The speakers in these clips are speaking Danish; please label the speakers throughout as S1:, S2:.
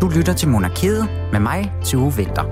S1: Du lytter til Monarkiet med mig, Tue Winther.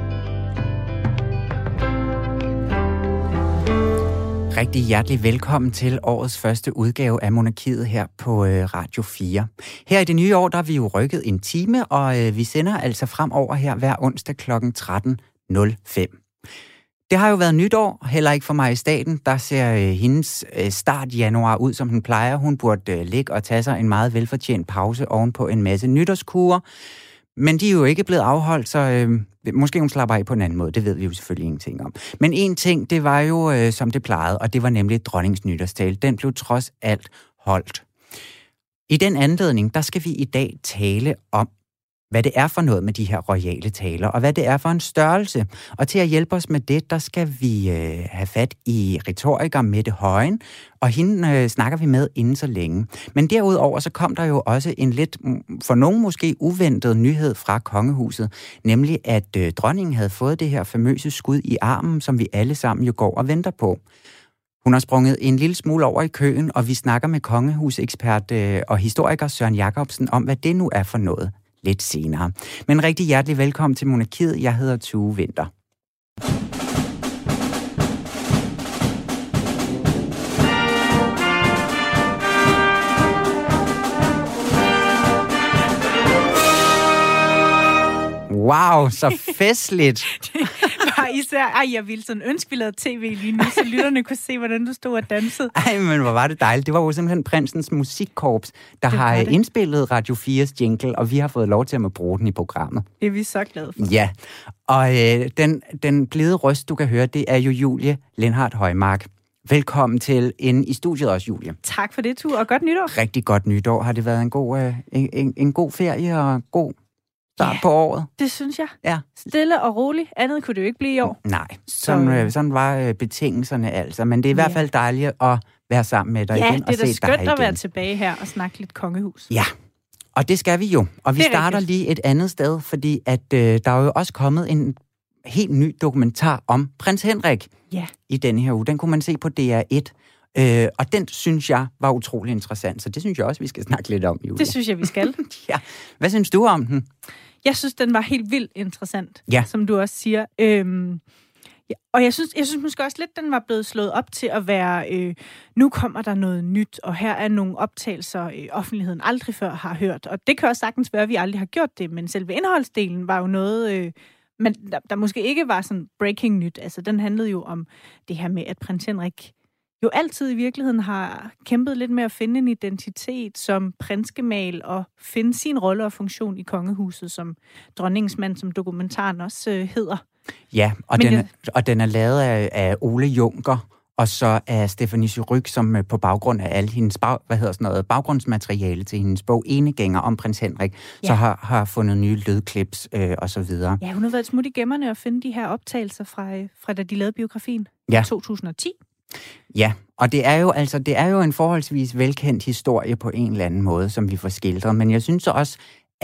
S1: Rigtig hjertelig velkommen til årets første udgave af Monarkiet her på Radio 4. Her i det nye år, der har vi jo rykket en time, og vi sender altså fremover her hver onsdag kl. 13.05. Det har jo været nytår, heller ikke for Majestaten. Der ser hendes start januar ud, som den plejer. Hun burde ligge og tage sig en meget velfortjent pause ovenpå en masse nytårskurer. Men de er jo ikke blevet afholdt, så måske hun slapper af på en anden måde. Det ved vi jo selvfølgelig ingenting om. Men en ting, det var jo, som det plejede, og det var nemlig dronningens nytårstale. Den blev trods alt holdt. I den anledning, der skal vi i dag tale om, hvad det er for noget med de her royale taler, og hvad det er for en størrelse. Og til at hjælpe os med det, der skal vi have fat i retoriker Mette Højen, og hende snakker vi med inden så længe. Men derudover så kom der jo også en lidt, for nogen måske uventet nyhed fra kongehuset, nemlig at dronningen havde fået det her famøse skud i armen, som vi alle sammen jo går og venter på. Hun har sprunget en lille smule over i køen, og vi snakker med kongehusekspert og historiker Søren Jacobsen om, hvad det nu er for noget lidt senere. Men rigtig hjertelig velkommen til Monarkiet. Jeg hedder Tue Winther. Wow, så festligt.
S2: Især, jeg ville sådan ønske, vi lavede tv lige nu, så lytterne kunne se, hvordan du stod og dansede.
S1: Ej, men hvor var det dejligt. Det var jo simpelthen prinsens musikkorps, der har indspillet Radio 4's jingle, og vi har fået lov til at bruge den i programmet.
S2: Det er vi så glade for.
S1: Ja, og den blide røst, du kan høre, det er jo Julie Lindhardt Højmark. Velkommen til inde i studiet også, Julie.
S2: Tak for det, Tue, og godt nytår.
S1: Rigtig godt nytår. Har det været en god ferie og god start på året?
S2: Det synes jeg.
S1: Ja.
S2: Stille og roligt. Andet kunne det jo ikke blive i år.
S1: Nej, sådan var betingelserne altså. Men det er i hvert fald dejligt at være sammen med dig igen og se dig igen.
S2: Ja, det er da skønt at være tilbage her og snakke lidt kongehus.
S1: Ja, og det skal vi jo. Og vi starter lige et andet sted, fordi at der er jo også kommet en helt ny dokumentar om prins Henrik i denne her uge. Den kunne man se på DR1. Og den synes jeg var utrolig interessant, så det synes jeg også, vi skal snakke lidt om, Julia.
S2: Det synes jeg, vi skal.
S1: Ja. Hvad synes du om den?
S2: Jeg synes, den var helt vildt interessant, som du også siger. Og jeg synes måske også lidt, den var blevet slået op til at være, nu kommer der noget nyt, og her er nogle optagelser, offentligheden aldrig før har hørt. Og det kan også sagtens være, at vi aldrig har gjort det, men selve indholdsdelen var jo noget, men der måske ikke var sådan breaking nyt. Altså, den handlede jo om det her med, at prins Henrik jo altid i virkeligheden har kæmpet lidt med at finde en identitet som prinsgemal og finde sin rolle og funktion i kongehuset som dronningens mand, som dokumentaren også hedder. Ja,
S1: og den er lavet af Ole Juncker, og så af Stephanie Surrugue, som på baggrund af alle hendes baggrundsmateriale til hendes bog Enegænger om prins Henrik, så har fundet nye lydklips og så videre.
S2: Ja, hun har været smut i gemmerne og finde de her optagelser fra da de lavede biografien i 2010.
S1: Ja, og det er jo en forholdsvis velkendt historie på en eller anden måde, som vi får skildret, men jeg synes også,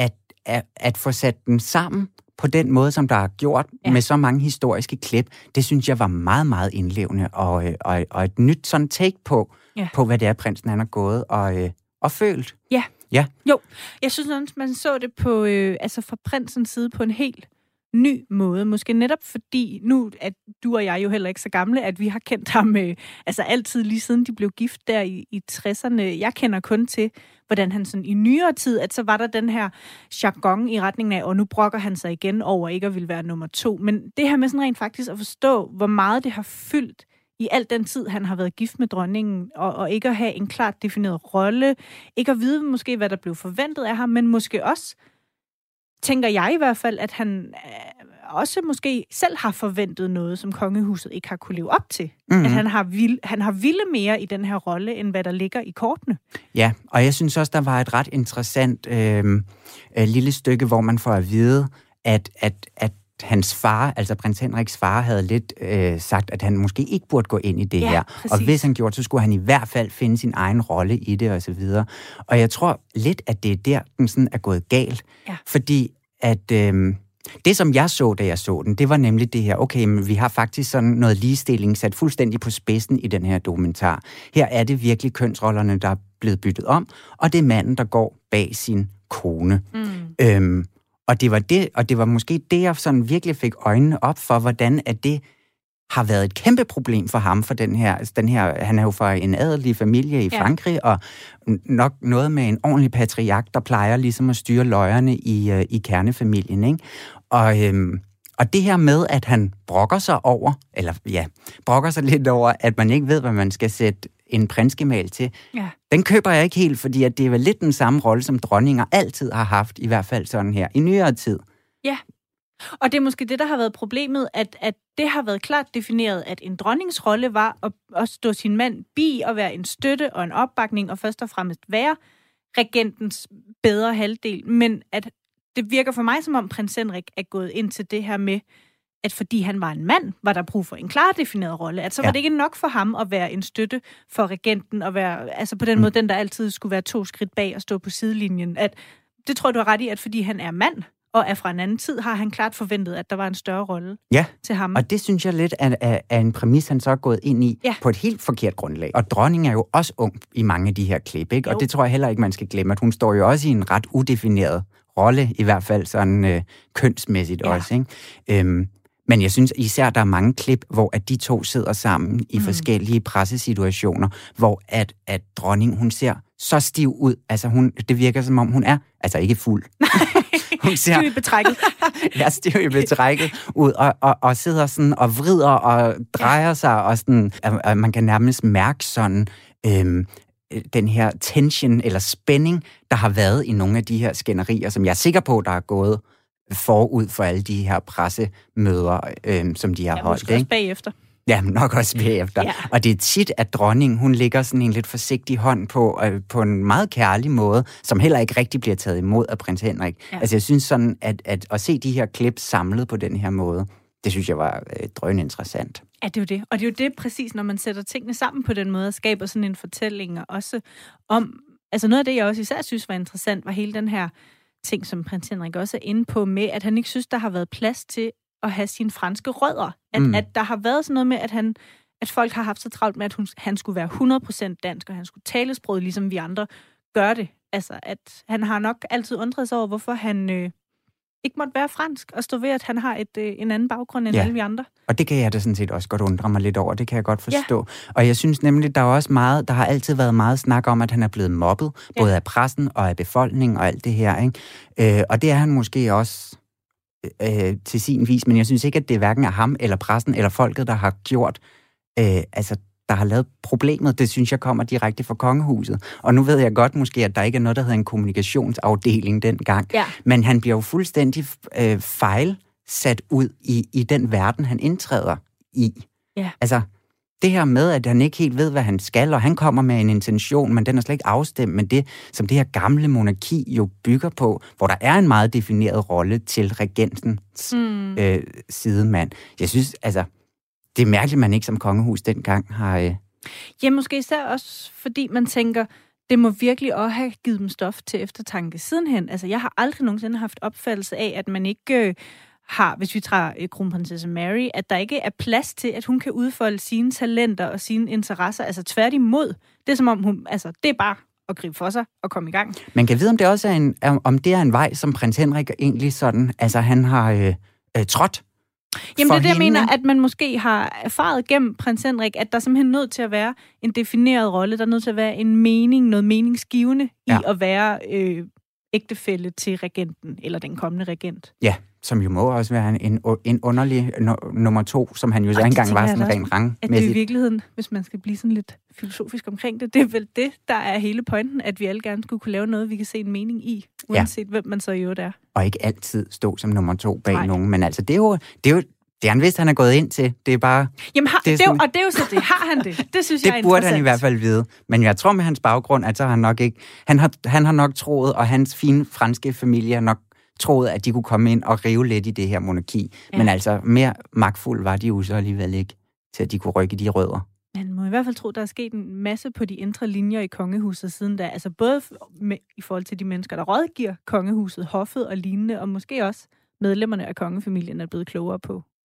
S1: at få sat den sammen på den måde, som der er gjort med så mange historiske klip, det synes jeg var meget, meget indlevende og et nyt sådan take på, hvad det er, prinsen han har gået og følt.
S2: Ja. Jo, jeg synes også, man så det på, fra prinsens side på en helt ny måde. Måske netop fordi, nu at du og jeg jo heller ikke så gamle, at vi har kendt ham altid lige siden de blev gift der i 60'erne. Jeg kender kun til, hvordan han sådan i nyere tid, at så var der den her jargon i retningen af, og nu brokker han sig igen over ikke at ville være nummer 2. Men det her med sådan rent faktisk at forstå, hvor meget det har fyldt i al den tid, han har været gift med dronningen, og ikke at have en klart defineret rolle, ikke at vide måske, hvad der blev forventet af ham, men måske også tænker jeg i hvert fald, at han også måske selv har forventet noget, som kongehuset ikke har kunne leve op til. Mm-hmm. At han har ville mere i den her rolle, end hvad der ligger i kortene.
S1: Ja, og jeg synes også, der var et ret interessant lille stykke, hvor man får at vide, at hans far, altså prins Henriks far, havde lidt sagt, at han måske ikke burde gå ind i det her. Præcis. Og hvis han gjorde, så skulle han i hvert fald finde sin egen rolle i det, og så videre. Og jeg tror lidt, at det er der, den sådan er gået galt. Ja. Fordi at det, som jeg så, da jeg så den, det var nemlig det her, okay, men vi har faktisk sådan noget ligestilling sat fuldstændig på spidsen i den her dokumentar. Her er det virkelig kønsrollerne, der er blevet byttet om, og det er manden, der går bag sin kone. Og det var måske det, jeg sådan virkelig fik øjnene op for, hvordan at det har været et kæmpe problem for ham, for den her han er jo fra en adelig familie i Frankrig, og nok noget med en ordentlig patriark, der plejer ligesom at styre løjerne i kernefamilien, ikke? Og det her med, at han brokker sig lidt over, at man ikke ved, hvad man skal sætte en prinsgemal til, den køber jeg ikke helt, fordi at det er vel lidt den samme rolle, som dronninger altid har haft, i hvert fald sådan her, i nyere tid.
S2: Ja, og det er måske det, der har været problemet, at det har været klart defineret, at en dronnings rolle var at stå sin mand bi og være en støtte og en opbakning, og først og fremmest være regentens bedre halvdel, men at det virker for mig, som om prins Henrik er gået ind til det her med, at fordi han var en mand, var der brug for en klar defineret rolle. At så var det ikke nok for ham at være en støtte for regenten, og være, altså på den måde, den der altid skulle være 2 skridt bag og stå på sidelinjen. At, det tror jeg, du har ret i, at fordi han er mand, og er fra en anden tid, har han klart forventet, at der var en større rolle til ham.
S1: Og det synes jeg lidt er en præmis, han så er gået ind i på et helt forkert grundlag. Og dronningen er jo også ung i mange af de her klip, ikke? Og det tror jeg heller ikke, man skal glemme, at hun står jo også i en ret udefineret rolle, i hvert fald sådan kønsmæssigt også, ikke? Men jeg synes især, der er mange klip, hvor at de to sidder sammen i forskellige pressesituationer, hvor at dronningen, hun ser så stiv ud. Altså det virker som om hun er, altså ikke fuld.
S2: Hun ser stiv i betrækket.
S1: Stiv i betrækket ud og sidder sådan og vrider og drejer sig og sådan, man kan nærmest mærke sådan den her tension eller spænding, der har været i nogle af de her skænderier, som jeg er sikker på, der er gået forud for alle de her pressemøder, som de har holdt.
S2: Måske også bagefter.
S1: Ja, nok også bagefter. Ja. Og det er tit, at dronningen, hun lægger sådan en lidt forsigtig hånd på en meget kærlig måde, som heller ikke rigtig bliver taget imod af prins Henrik. Ja. Altså jeg synes sådan, at se de her klip samlet på den her måde, det synes jeg var drøninteressant.
S2: Ja, det er jo det. Og det er jo det præcis, når man sætter tingene sammen på den måde, og skaber sådan en fortælling, og også om, altså noget af det, jeg også især synes var interessant, var hele den her ting, som prins Henrik også er inde på, med at han ikke synes, der har været plads til at have sine franske rødder. At der har været sådan noget med, at folk har haft så travlt med, at han skulle være 100% dansk, og han skulle tale sproget, ligesom vi andre gør det. Altså, at han har nok altid undret sig over, hvorfor han ikke måtte være fransk, og stå ved, at han har en anden baggrund end alle vi andre.
S1: Og det kan jeg da sådan set også godt undre mig lidt over. Det kan jeg godt forstå. Ja. Og jeg synes nemlig, der har altid været meget snak om, at han er blevet mobbet, både af pressen og af befolkningen og alt det her, ikke? Og det er han måske også til sin vis, men jeg synes ikke, at det er hverken af ham eller pressen eller folket, der har gjort, der har lavet problemet. Det synes jeg kommer direkte fra kongehuset. Og nu ved jeg godt måske, at der ikke er noget, der hedder en kommunikationsafdeling dengang. Ja. Men han bliver jo fuldstændig fejlsat ud i den verden, han indtræder i. Ja. Altså, det her med, at han ikke helt ved, hvad han skal, og han kommer med en intention, men den er slet ikke afstemt med det, som det her gamle monarki jo bygger på, hvor der er en meget defineret rolle til regentens sidemand. Jeg synes, altså, det er mærkeligt, at man ikke som kongehus dengang har...
S2: Ja, måske især også, fordi man tænker, det må virkelig også have givet dem stof til eftertanke sidenhen. Altså, jeg har aldrig nogensinde haft opfattelse af, at man ikke har, hvis vi tager kronprinsesse Mary, at der ikke er plads til, at hun kan udfolde sine talenter og sine interesser. Altså tværtimod. Det er som om hun, altså det er bare at gribe for sig og komme i gang.
S1: Man kan vide, om det også er om det er en vej, som prins Henrik egentlig sådan, altså han har trådt.
S2: Jamen det er det, jeg mener, at man måske har erfaret gennem prins Henrik, at der er simpelthen nødt til at være en defineret rolle, der er nødt til at være en mening, noget meningsgivende i at være ægtefælle til regenten, eller den kommende regent.
S1: Ja, som jo må også være en underlig nummer 2, som han jo så engang var sådan ren rangmæssigt.
S2: At det i virkeligheden, hvis man skal blive sådan lidt filosofisk omkring det, det er vel det, der er hele pointen, at vi alle gerne skulle kunne lave noget, vi kan se en mening i, uanset hvem man så i øvrigt er.
S1: Og ikke altid stå som nummer 2 bag nogen, men altså det er jo det han vidste, han er gået ind til. Det er bare...
S2: Jamen, og det er jo så det. Har han det? Det synes jeg er interessant.
S1: Det burde han i hvert fald vide. Men jeg tror med hans baggrund, at så har han nok ikke... Han har nok troet, og hans fine franske familie har nok troet, at de kunne komme ind og rive lidt i det her monarki. Ja. Men altså, mere magtfuld var de jo så alligevel ikke, til at de kunne rykke de rødder.
S2: Man må i hvert fald tro, der er sket en masse på de indre linjer i kongehuset siden da. Altså både i forhold til de mennesker, der rådgiver kongehuset, hoffet og lignende, og måske også medlemmerne af kongefamilien er blevet klogere på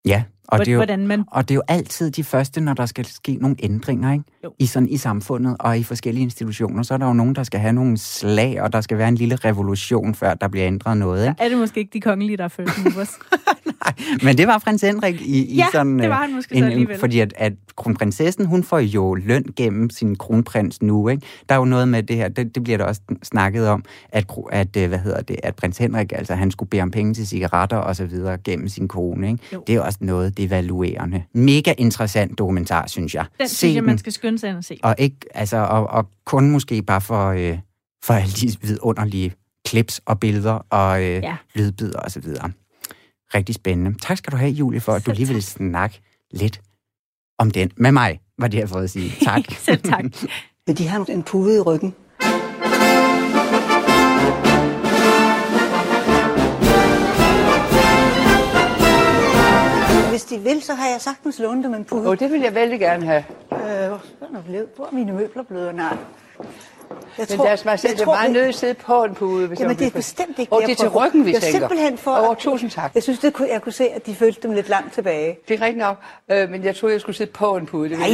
S1: Ja, og det, er jo,
S2: hvordan man...
S1: og det er jo altid de første, når der skal ske nogle ændringer, ikke? I samfundet og i forskellige institutioner. Så er der jo nogen, der skal have nogle slag, og der skal være en lille revolution, før der bliver ændret noget, ikke?
S2: Så er det måske ikke de kongelige, der er first movers?
S1: Nej, men det var prins Henrik i sådan...
S2: Ja, det var han måske så alligevel.
S1: Fordi at kronprinsessen, hun får jo løn gennem sin kronprins nu, ikke? Der er jo noget med det her, det bliver der også snakket om, at prins Henrik, altså han skulle bede om penge til cigaretter og så videre gennem sin kone, ikke? Det er også noget devaluerende. Mega interessant dokumentar, synes jeg.
S2: Den synes jeg, man skal skynde sig at se.
S1: Og ikke, altså, og kun måske bare for alle de vidunderlige clips og billeder og lydbidder og så videre. Rigtig spændende. Tak skal du have, Julie, for at du lige vil snakke lidt om den med mig, var det jeg fået at sige. Tak.
S2: Selv tak.
S3: Men de har en pude i ryggen. Hvis de vil, så har jeg sagtens lånt dem en pude.
S4: Det vil jeg vældig gerne have.
S3: Hvor er mine møbler blevet? Nej.
S4: Men deres majestæt er meget nødt til at sidde på en pude. Hvis
S3: jamen, det er bestemt ikke
S4: det. Og det er til ryggen, vi tænker.
S3: Simpelthen for...
S4: Tusind tak.
S3: Jeg synes, jeg kunne se, at de følte dem lidt langt tilbage.
S4: Det er rigtigt nok, men jeg troede, jeg skulle sidde på en pude.
S3: Nej.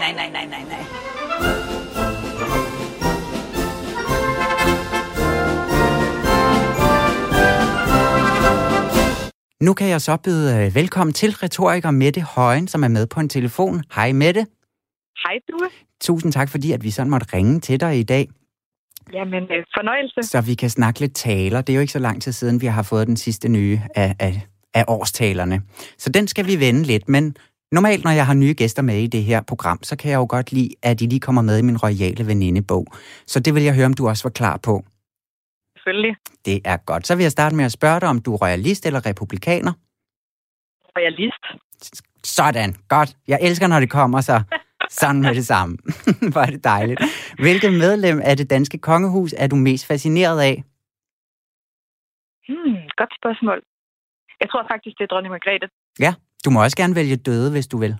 S1: Nu kan jeg så byde velkommen til retoriker Mette Højen, som er med på en telefon. Hej Mette.
S5: Hej Due.
S1: Tusind tak, fordi at vi sådan måtte ringe til dig i dag.
S5: Jamen, fornøjelse.
S1: Så vi kan snakke lidt taler. Det er jo ikke så lang tid siden, vi har fået den sidste nye af årstalerne. Så den skal vi vende lidt, men normalt, når jeg har nye gæster med i det her program, så kan jeg jo godt lide, at de lige kommer med i min royale venindebog. Så det vil jeg høre, om du også var klar på.
S5: Selvfølgelig.
S1: Det er godt. Så vil jeg starte med at spørge dig, om du er royalist eller republikaner?
S5: Royalist.
S1: Sådan. Godt. Jeg elsker, når det kommer så sådan med det samme. Hvor er det dejligt. Hvilket medlem af det danske kongehus er du mest fascineret af?
S5: Godt spørgsmål. Jeg tror faktisk, det er dronning Margrethe.
S1: Ja, du må også gerne vælge døde, hvis du vil.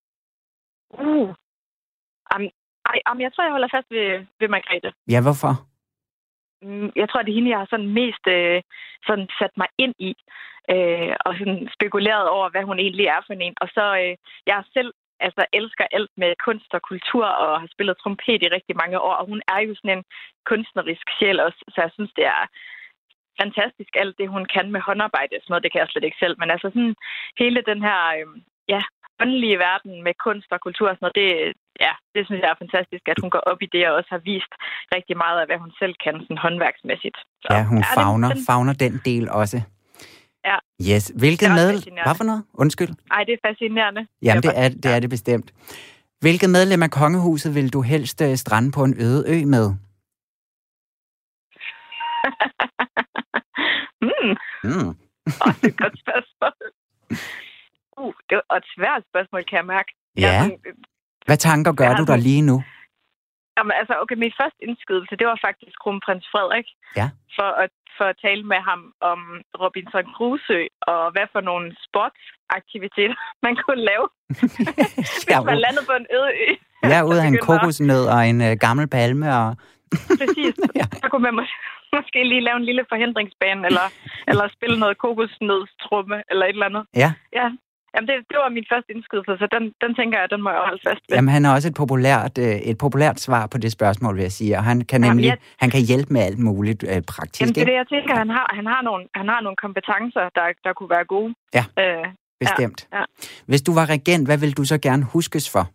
S5: Jeg tror, jeg holder fast ved Margrethe.
S1: Ja, hvorfor?
S5: Jeg tror, det er hende, jeg har sådan mest sådan sat mig ind i, og sådan spekuleret over, hvad hun egentlig er for en. Og så, jeg selv elsker alt med kunst og kultur, og har spillet trompet i rigtig mange år, og hun er jo sådan en kunstnerisk sjæl også, så jeg synes, det er fantastisk, alt det, hun kan med håndarbejde. Sådan noget, det kan jeg slet ikke selv, men altså sådan hele den her, åndelige verden med kunst og kultur og sådan noget, det synes jeg er fantastisk, at hun går op i det, og også har vist rigtig meget af, hvad hun selv kan sådan håndværksmæssigt. Så,
S1: ja, hun favner den del også.
S5: Ja.
S1: Yes. Hvilket medlem... Hvad for noget? Undskyld.
S5: Nej, det er fascinerende.
S1: Jamen, det er det bestemt. Hvilket medlem af kongehuset vil du helst strande på en øde ø med?
S5: Det er et godt spørgsmål. Det var et svært spørgsmål, kan jeg mærke.
S1: Ja. Hvad tanker gør du der lige nu?
S5: Jamen, min første indskydelse, det var faktisk kronprins Frederik.
S1: Ja.
S5: For at tale med ham om Robinson Crusoe, og hvad for nogle sportsaktiviteter man kunne lave, hvis man landede på en øde ø.
S1: Ja, ud af en kokosnød og en gammel palme. Og...
S5: Præcis. Ja. Så kunne man måske lige lave en lille forhindringsbane, eller spille noget kokosnødstrumme, eller et eller andet.
S1: Ja.
S5: Ja. Jamen, det var min første indskydelse, så den tænker jeg, den må jeg holde fast ved.
S1: Jamen, han er også et populært svar på det spørgsmål, vil jeg sige, og han kan han kan hjælpe med alt muligt praktisk.
S5: Jamen, det er det, jeg tænker. Han har nogle kompetencer, der kunne være gode.
S1: Ja, bestemt. Ja. Hvis du var regent, hvad ville du så gerne huskes for?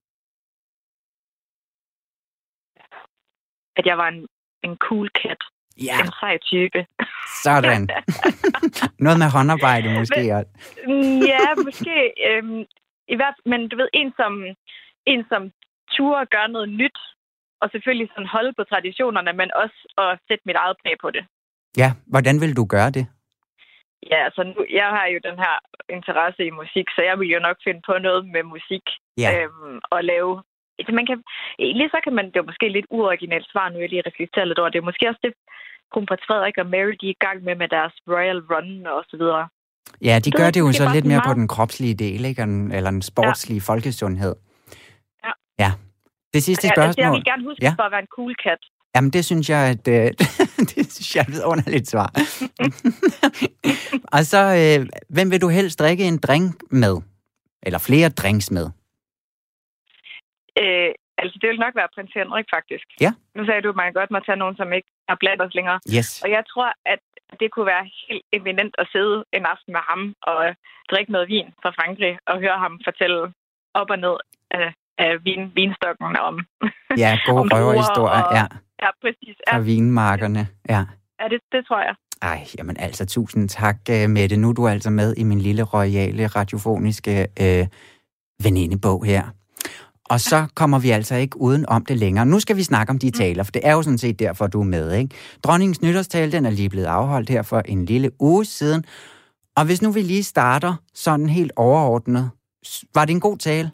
S5: At jeg var en cool cat.
S1: Ja.
S5: En sej type.
S1: Sådan. Noget med håndarbejde måske.
S5: Ja, måske. I hvert fald, men du ved, en som turde gøre noget nyt, og selvfølgelig sådan holde på traditionerne, men også at sætte mit eget præg på det.
S1: Ja, hvordan vil du gøre det?
S5: Ja, altså jeg har jo den her interesse i musik, så jeg vil jo nok finde på noget med musik.
S1: Ja.
S5: Og lave... Egentlig så kan man, det er måske lidt uoriginalt svar, nu jeg lige reflekterer lidt over det. Måske også det, kronprins Frederik og Mary, de er i gang med deres royal run og så videre.
S1: Ja, de gør det jo så lidt mere på den kropslige del, ikke? Eller den sportslige folkesundhed.
S5: Ja.
S1: Ja. Det sidste spørgsmål.
S5: Jeg vil gerne huske for at være en cool cat.
S1: Jamen, det synes jeg, det synes jeg er et vidunderligt svar. Og så, hvem vil du helst drikke en drink med? Eller flere drinks med?
S5: Altså, det vil nok være prins Henrik, faktisk.
S1: Ja.
S5: Nu sagde du, at man godt må tage nogen, som ikke er blandt os længere.
S1: Yes.
S5: Og jeg tror, at det kunne være helt eminent at sidde en aften med ham og drikke noget vin fra Frankrig og høre ham fortælle op og ned af vinstokken om...
S1: Ja, gode røverhistorier, ja.
S5: Ja, præcis.
S1: Fra vinmarkerne, ja.
S5: Ja, det tror jeg.
S1: Ej, jamen altså, tusind tak, Mette. Nu er du altså med i min lille royale radiofoniske venindebog her. Og så kommer vi altså ikke uden om det længere. Nu skal vi snakke om de taler, for det er jo sådan set derfor, du er med, ikke? Dronningens nytårstale, den er lige blevet afholdt her for en lille uge siden. Og hvis nu vi lige starter sådan helt overordnet, var det en god tale?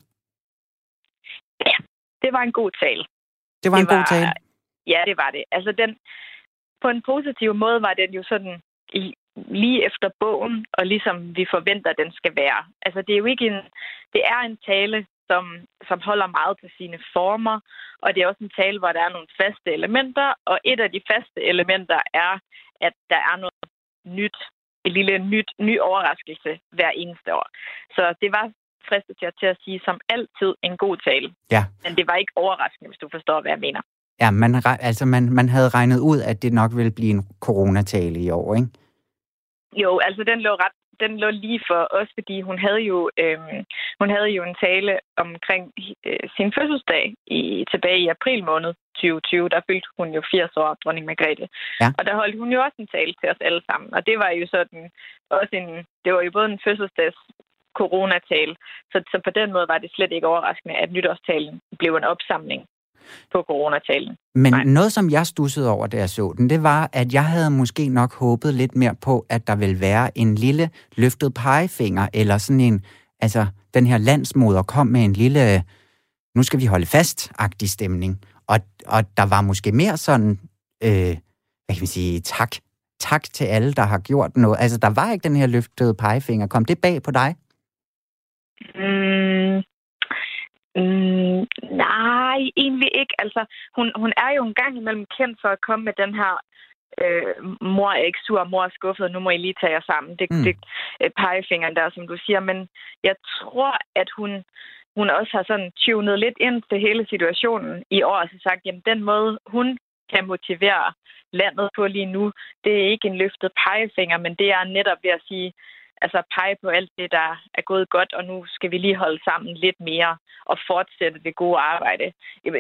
S5: Ja, det var en god tale.
S1: Det var en god tale?
S5: Ja, det var det. Altså, på en positiv måde var den jo sådan lige efter bogen, og ligesom vi forventer, den skal være. Altså, det er jo ikke det er en tale, som holder meget på sine former, og det er også en tale, hvor der er nogle faste elementer, og et af de faste elementer er, at der er noget nyt, en lille ny overraskelse hver eneste år. Så det var fristet til at sige som altid en god tale. Ja. Men det var ikke overraskende, hvis du forstår, hvad jeg mener.
S1: Ja, man havde regnet ud, at det nok ville blive en coronatale i år, ikke?
S5: Jo, altså den lå lige for os, fordi hun havde jo en tale omkring sin fødselsdag tilbage i april måned 2020. Der fyldte hun jo 80 år, dronning Margrethe. Ja. Og der holdt hun jo også en tale til os alle sammen. Og det var jo sådan også det var jo både en fødselsdags coronatale. Så på den måde var det slet ikke overraskende, at nytårstalen blev en opsamling på coronatalen.
S1: Men noget, som jeg stussede over, da jeg så den, det var, at jeg havde måske nok håbet lidt mere på, at der ville være en lille løftet pegefinger, eller sådan en, altså den her landsmoder kom med en lille, nu skal vi holde fast-agtig stemning. Og der var måske mere sådan, hvad kan man sige, tak til alle, der har gjort noget. Altså, der var ikke den her løftede pegefinger. Kom det bag på dig?
S5: Nej, egentlig ikke. Altså, hun er jo en gang imellem kendt for at komme med den her mor er ikke sur, mor er skuffet, nu må I lige tage jer sammen. Det pegefingeren der, som du siger. Men jeg tror, at hun også har sådan tunet lidt ind til hele situationen i år, og så sagt, jamen den måde, hun kan motivere landet på lige nu, det er ikke en løftet pegefinger, men det er netop ved at sige, altså pege på alt det, der er gået godt, og nu skal vi lige holde sammen lidt mere og fortsætte det gode arbejde.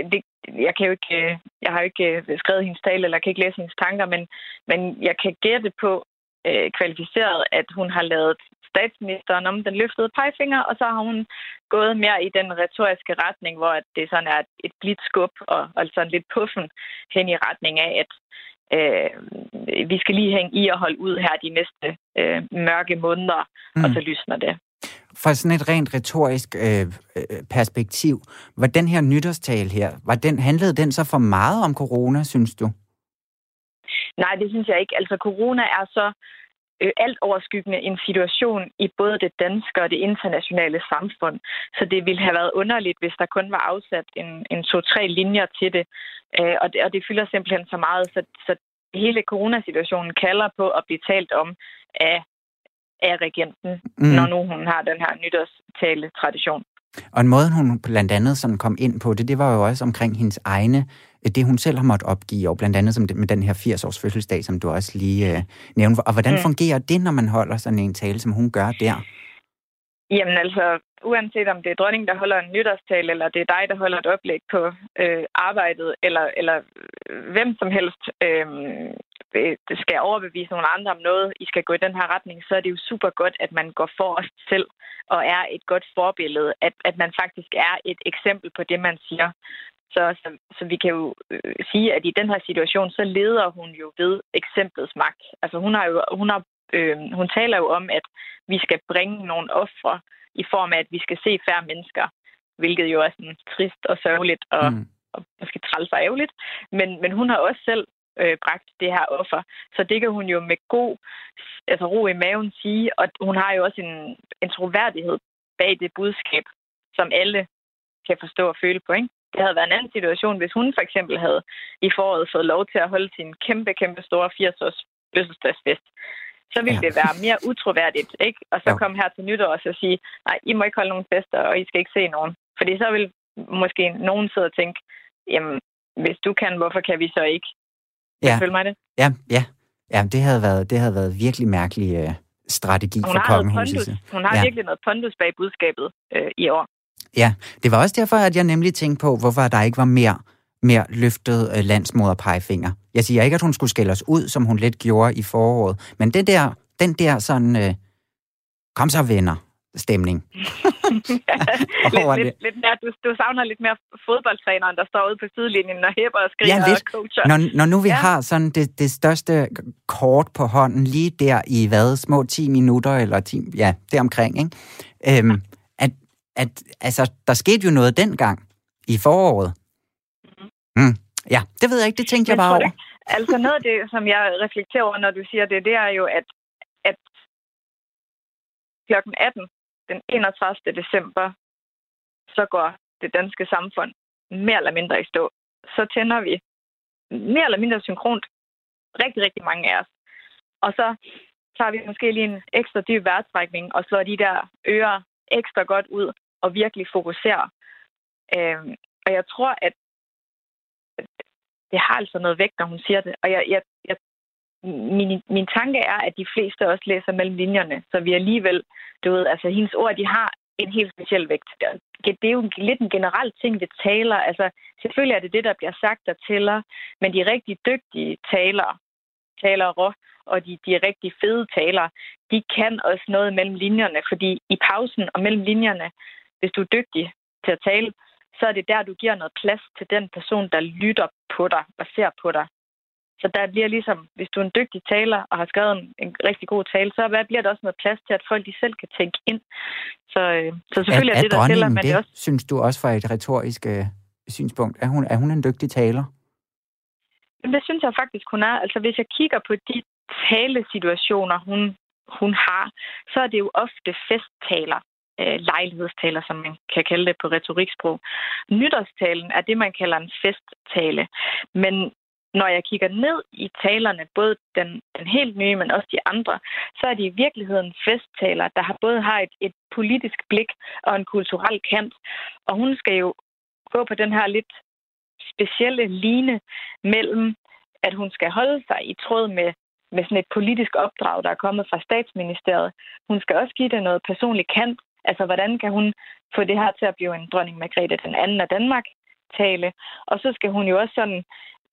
S5: Jeg har jo ikke skrevet hendes tale, eller kan ikke læse hendes tanker, men jeg kan gætte på kvalificeret, at hun har lavet statsministeren om den løftede pegefinger, og så har hun gået mere i den retoriske retning, hvor det sådan er et blidt skub og sådan lidt puffen hen i retning af, at vi skal lige hænge i og holde ud her de næste mørke måneder, og så lysner det.
S1: Fra sådan et rent retorisk perspektiv, var den her nytårstale her, handlede den så for meget om corona, synes du?
S5: Nej, det synes jeg ikke. Altså, corona er så alt overskyggende en situation i både det danske og det internationale samfund. Så det ville have været underligt, hvis der kun var afsat en 2-3 linjer til det. Og det fylder simpelthen så meget, så hele coronasituationen kalder på at blive talt om af regenten, når nu hun har den her nytårstale-tradition.
S1: Og en måde, hun blandt andet sådan kom ind på det var jo også omkring hendes egne, det hun selv har måttet opgive, og blandt andet som med den her 80-års fødselsdag, som du også lige nævnte. Og hvordan fungerer det, når man holder sådan en tale, som hun gør der?
S5: Jamen altså, uanset om det er dronningen, der holder en nytårstale, eller det er dig, der holder et oplæg på arbejdet, eller hvem som helst skal overbevise nogle andre om noget, I skal gå i den her retning, så er det jo super godt, at man går forrest selv og er et godt forbillede, at man faktisk er et eksempel på det, man siger. Så vi kan jo sige, at i den her situation, så leder hun jo ved eksemplets magt. Altså hun taler jo om, at vi skal bringe nogle ofre i form af, at vi skal se færre mennesker, hvilket jo er sådan trist og sørgeligt og måske træls og ærgerligt. Men hun har også selv bragt det her offer, så det kan hun jo med god ro i maven sige, og hun har jo også en troværdighed bag det budskab, som alle kan forstå og føle på, ikke? Det havde været en anden situation, hvis hun for eksempel havde i foråret fået lov til at holde sin kæmpe store 80-års fødselsdagsfest. Så så ville det være mere utroværdigt, ikke? Og så komme her til nytår og så sige, nej, I må ikke holde nogen fester, og I skal ikke se nogen. Fordi så vil måske nogen sidde og tænke, jamen, hvis du kan, hvorfor kan vi så ikke? Følg mig det?
S1: Ja, det havde været virkelig mærkelig strategi for kongehuset.
S5: Hun har virkelig noget pondus bag budskabet i år.
S1: Ja, det var også derfor, at jeg nemlig tænkte på, hvorfor der ikke var mere løftet landsmoderpegefinger. Jeg siger ikke, at hun skulle skælde os ud, som hun lidt gjorde i foråret, men den der sådan, kom så venner, stemning.
S5: lidt mere, du savner lidt mere fodboldtræneren, der står ude på sidelinjen og hæpper og skriger og coacher.
S1: Når nu vi har sådan det største kort på hånden, lige der i små 10 minutter, eller 10, deromkring, ikke? Altså, der skete jo noget dengang i foråret. Ja, det ved jeg ikke, det tænkte jeg bare over.
S5: Altså noget af det, som jeg reflekterer over, når du siger det, det er jo, at klokken 18, den 31. december, så går det danske samfund mere eller mindre i stå. Så tænder vi mere eller mindre synkront rigtig, rigtig mange af os. Og så tager vi måske lige en ekstra dyb vejrtrækning og slår de der ører ekstra godt ud og virkelig fokuserer. Og jeg tror, at det har altså noget vægt, når hun siger det. Og min tanke er, at de fleste også læser mellem linjerne, så vi alligevel, altså hendes ord, de har en helt speciel vægt. Det er jo lidt en generel ting, vi taler. Altså, selvfølgelig er det, der bliver sagt, der tæller, men de rigtig dygtige talere, og de rigtig fede talere, de kan også noget mellem linjerne, fordi i pausen og mellem linjerne, hvis du er dygtig til at tale, så er det der, du giver noget plads til den person, der lytter på dig og ser på dig. Så der bliver ligesom, hvis du er en dygtig taler og har skrevet en rigtig god tale, så bliver der også noget plads til, at folk de selv kan tænke ind. Så selvfølgelig er det, der tæller, men det også...
S1: Synes du også fra et retorisk synspunkt, er hun en dygtig taler?
S5: Det synes jeg faktisk, hun er. Altså hvis jeg kigger på de talesituationer, hun har, så er det jo ofte festtaler. Lejlighedstaler, som man kan kalde det på retoriksprog. Nytårstalen er det, man kalder en festtale. Men når jeg kigger ned i talerne, både den helt nye, men også de andre, så er det i virkeligheden festtaler, der både har et politisk blik og en kulturel kant. Og hun skal jo gå på den her lidt specielle line mellem, at hun skal holde sig i tråd med sådan et politisk opdrag, der er kommet fra statsministeriet. Hun skal også give det noget personligt kant. Altså, hvordan kan hun få det her til at blive en dronning Margrethe den anden af Danmark tale? Og så skal hun jo også sådan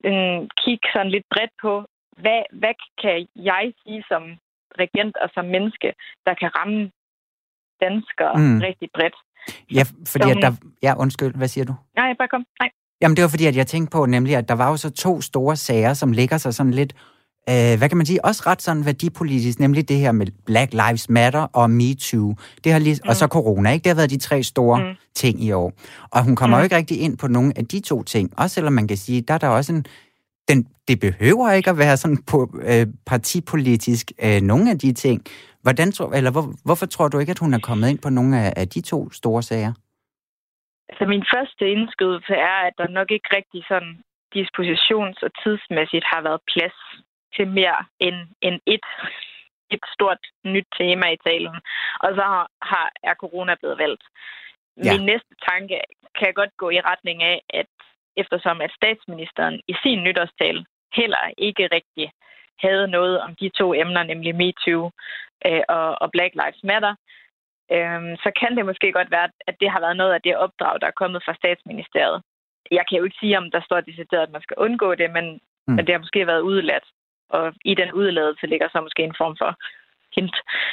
S5: kigge sådan lidt bredt på, hvad kan jeg sige som regent og som menneske, der kan ramme danskere rigtig bredt.
S1: Ja, fordi undskyld, hvad siger du?
S5: Nej, bare kom. Nej.
S1: Jamen, det var fordi, at jeg tænkte på nemlig, at der var jo så 2 store sager, som ligger sig sådan lidt hvad kan man sige, også ret sådan værdipolitisk, nemlig det her med Black Lives Matter og MeToo. Det har og så corona, ikke? Det har været de 3 store ting i år. Og hun kommer jo ikke rigtig ind på nogle af de 2 ting. Også selvom man kan sige, der er der også det behøver ikke at være sådan partipolitisk, nogle af de ting. Hvorfor tror du ikke, at hun er kommet ind på nogle af de 2 store sager?
S5: Altså min første indskydelse er, at der nok ikke rigtig sådan dispositions- og tidsmæssigt har været plads til mere end et stort nyt tema i talen. Og så er corona blevet valgt. Ja. Min næste tanke kan godt gå i retning af, at eftersom at statsministeren i sin nytårstale heller ikke rigtig havde noget om de 2 emner, nemlig MeToo og Black Lives Matter, så kan det måske godt være, at det har været noget af det opdrag, der er kommet fra statsministeriet. Jeg kan jo ikke sige, om der står decideret, at man skal undgå det, men det har måske været udeladt. Og i den udladelse ligger så måske en form for hint.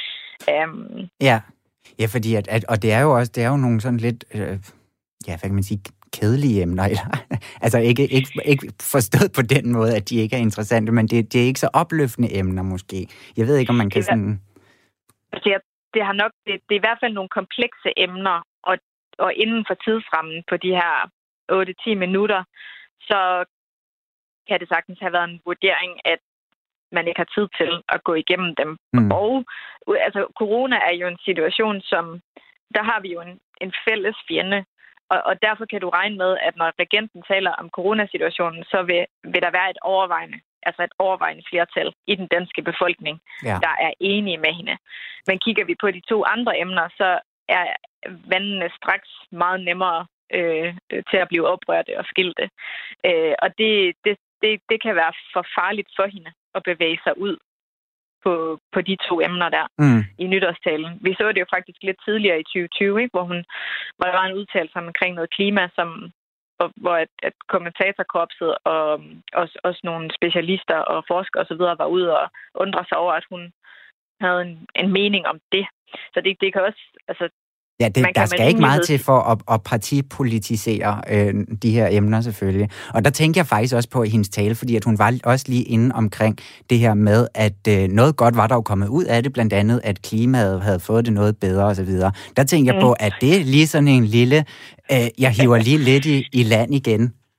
S1: Ja, fordi og det er jo også, det er jo nogle sådan lidt, hvad kan man sige, kedelige emner, eller, altså ikke forstået på den måde, at de ikke er interessante, men det er ikke så opløftende emner måske. Jeg ved ikke, om man kan sådan...
S5: Altså, det har nok, det er i hvert fald nogle komplekse emner, og inden for tidsrammen på de her 8-10 minutter, så kan det sagtens have været en vurdering, at man ikke har tid til at gå igennem dem. Og altså, corona er jo en situation, som der har vi jo en fælles fjende, og derfor kan du regne med, at når regenten taler om coronasituationen, så vil der være et overvejende altså et overvejende flertal i den danske befolkning, der er enige med hende. Men kigger vi på de 2 andre emner, så er vandene straks meget nemmere til at blive oprørte og skilte. Og det kan være for farligt for hende at bevæge sig ud på de 2 emner der i nytårstalen. Vi så det jo faktisk lidt tidligere i 2020, ikke? Hvor der var en udtalelse omkring noget klima, hvor at kommentatorkorpset og også nogle specialister og forskere osv. var ude og undre sig over, at hun havde en mening om det. Så det kan også... Altså,
S1: ja, der skal ikke meget til for at partipolitisere de her emner selvfølgelig. Og der tænker jeg faktisk også på i hendes tale, fordi at hun var også lige inde omkring det her med, at noget godt var der jo kommet ud af det, blandt andet, at klimaet havde fået det noget bedre osv. Der tænker jeg på, at det er lige sådan en lille, jeg hiver lige lidt i land igen.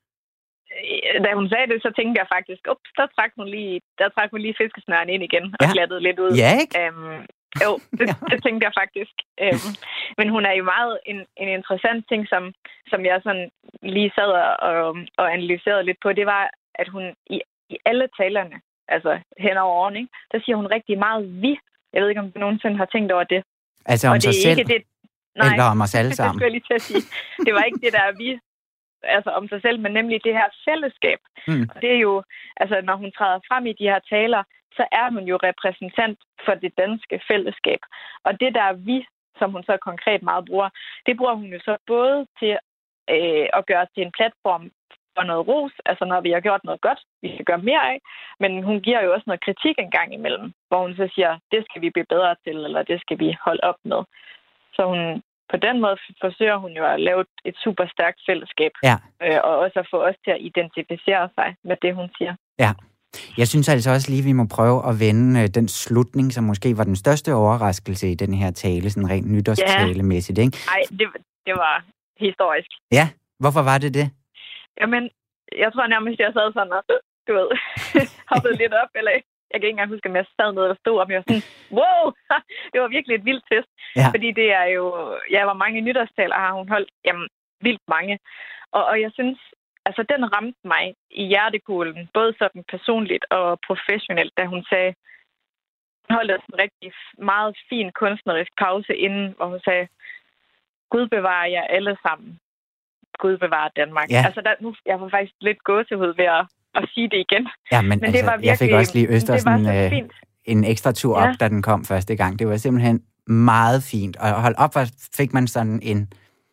S5: Da hun sagde det, så tænkte jeg faktisk, der trak hun lige fiskesnøren ind igen og glattede lidt ud.
S1: Ja, ikke?
S5: Jo, det tænkte jeg faktisk. Men hun er jo meget en interessant ting, som jeg sådan lige sad og analyserede lidt på. Det var, at hun i alle talerne, altså hen over årene, ikke, der siger hun rigtig meget vi. Jeg ved ikke, om du nogensinde har tænkt over det.
S1: Altså om sig selv? Eller om os alle sammen?
S5: Det skulle jeg lige til at sige. Det var ikke det, der er vi, altså om sig selv, men nemlig det her fællesskab. Og det er jo, altså når hun træder frem i de her taler, så er hun jo repræsentant for det danske fællesskab. Og det der vi, som hun så konkret meget bruger, det bruger hun jo så både til at gøre til en platform for noget ros, altså når vi har gjort noget godt, vi skal gøre mere af, men hun giver jo også noget kritik en gang imellem, hvor hun så siger, det skal vi blive bedre til, eller det skal vi holde op med. Så hun, på den måde forsøger hun jo at lave et super stærkt fællesskab, og også at få os til at identificere sig med det, hun siger.
S1: Ja. Jeg synes altså også lige, vi må prøve at vende den slutning, som måske var den største overraskelse i den her tale, sådan rent nytårstalemæssigt, ikke?
S5: Nej, det var historisk.
S1: Ja, hvorfor var det det?
S5: Jamen, jeg tror nærmest, jeg sad sådan og, du ved, hoppede lidt op, eller jeg kan ikke engang huske, om jeg sad ned og stod op, og jeg var sådan, wow, det var virkelig et vildt test. Ja. Fordi det er jo, hvor mange nytårstaler har hun holdt? Jamen, vildt mange. Og jeg synes, altså, den ramte mig i hjertekuglen, både sådan personligt og professionelt, da hun sagde, hun holdt en rigtig meget fin kunstnerisk pause inden, hvor hun sagde, Gud bevarer jer alle sammen. Gud bevarer Danmark. Ja. Altså, jeg var faktisk lidt gåsehud ved at sige det igen.
S1: Ja, men altså, det var virkelig, jeg fik også lige Østersen en ekstra tur op, da den kom første gang. Det var simpelthen meget fint. Og hold op, hvor fik man sådan en,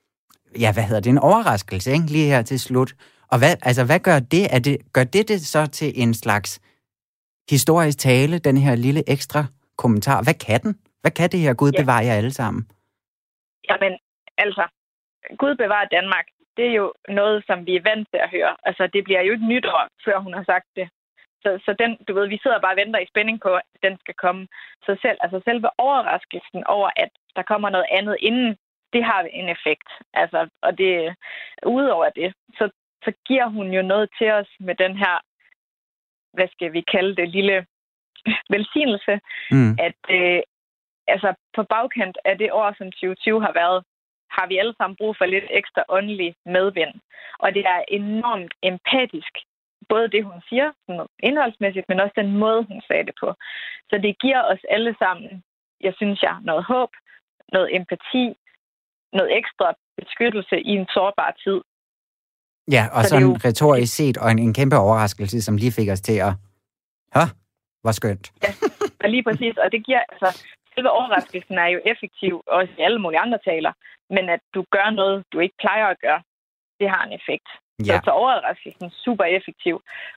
S1: en overraskelse, ikke? Lige her til slut. Og hvad gør det? Gør det så til en slags historisk tale, den her lille ekstra kommentar? Hvad kan den? Hvad kan det her Gud bevare jer alle sammen?
S5: Jamen, altså, Gud bevarer Danmark. Det er jo noget, som vi er vant til at høre. Altså, det bliver jo ikke nytår, før hun har sagt det. Så den, du ved, vi sidder bare og venter i spænding på, at den skal komme. Så selve overraskelsen over, at der kommer noget andet inden, det har en effekt. Altså, og det, udover det, så giver hun jo noget til os med den her, hvad skal vi kalde det, lille velsignelse, at altså på bagkant af det år, som 2020 har været, har vi alle sammen brug for lidt ekstra åndelig medvind. Og det er enormt empatisk, både det, hun siger, indholdsmæssigt, men også den måde, hun sagde det på. Så det giver os alle sammen, jeg synes, noget håb, noget empati, noget ekstra beskyttelse i en sårbar tid.
S1: Ja, og sådan jo retorisk set, og en kæmpe overraskelse, som lige fik os til at, hvor skønt.
S5: Ja, og lige præcis, og det giver, altså, selve overraskelsen er jo effektiv, også i alle mulige andre taler, men at du gør noget, du ikke plejer at gøre, det har en effekt. Ja. Så overraskelsen er super effektiv,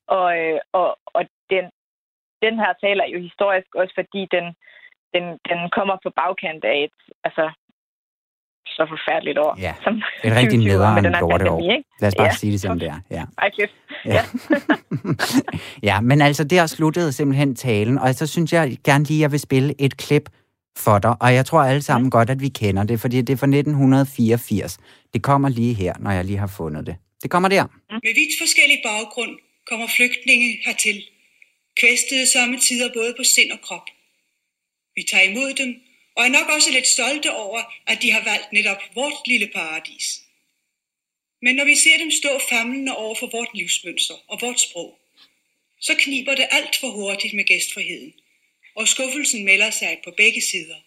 S5: og den her taler er jo historisk også, fordi den kommer på bagkant af et, altså, så forfærdeligt år.
S1: Ja, et rigtig nederen lorteår. Lad os bare sige det som det er. Ja.
S5: Ja.
S1: Ja, men altså, der sluttede simpelthen talen, og så synes jeg gerne lige, at jeg vil spille et klip for dig, og jeg tror alle sammen godt, at vi kender det, fordi det er fra 1984. Det kommer lige her, når jeg lige har fundet det. Det kommer der.
S6: Med vidt forskellig baggrund kommer flygtninge hertil, kvæstede somme tider både på sind og krop. Vi tager imod dem, og er nok også lidt stolte over, at de har valgt netop vort lille paradis. Men når vi ser dem stå famlende over for vort livsmønster og vort sprog, så kniber det alt for hurtigt med gæstfriheden, og skuffelsen melder sig på begge sider.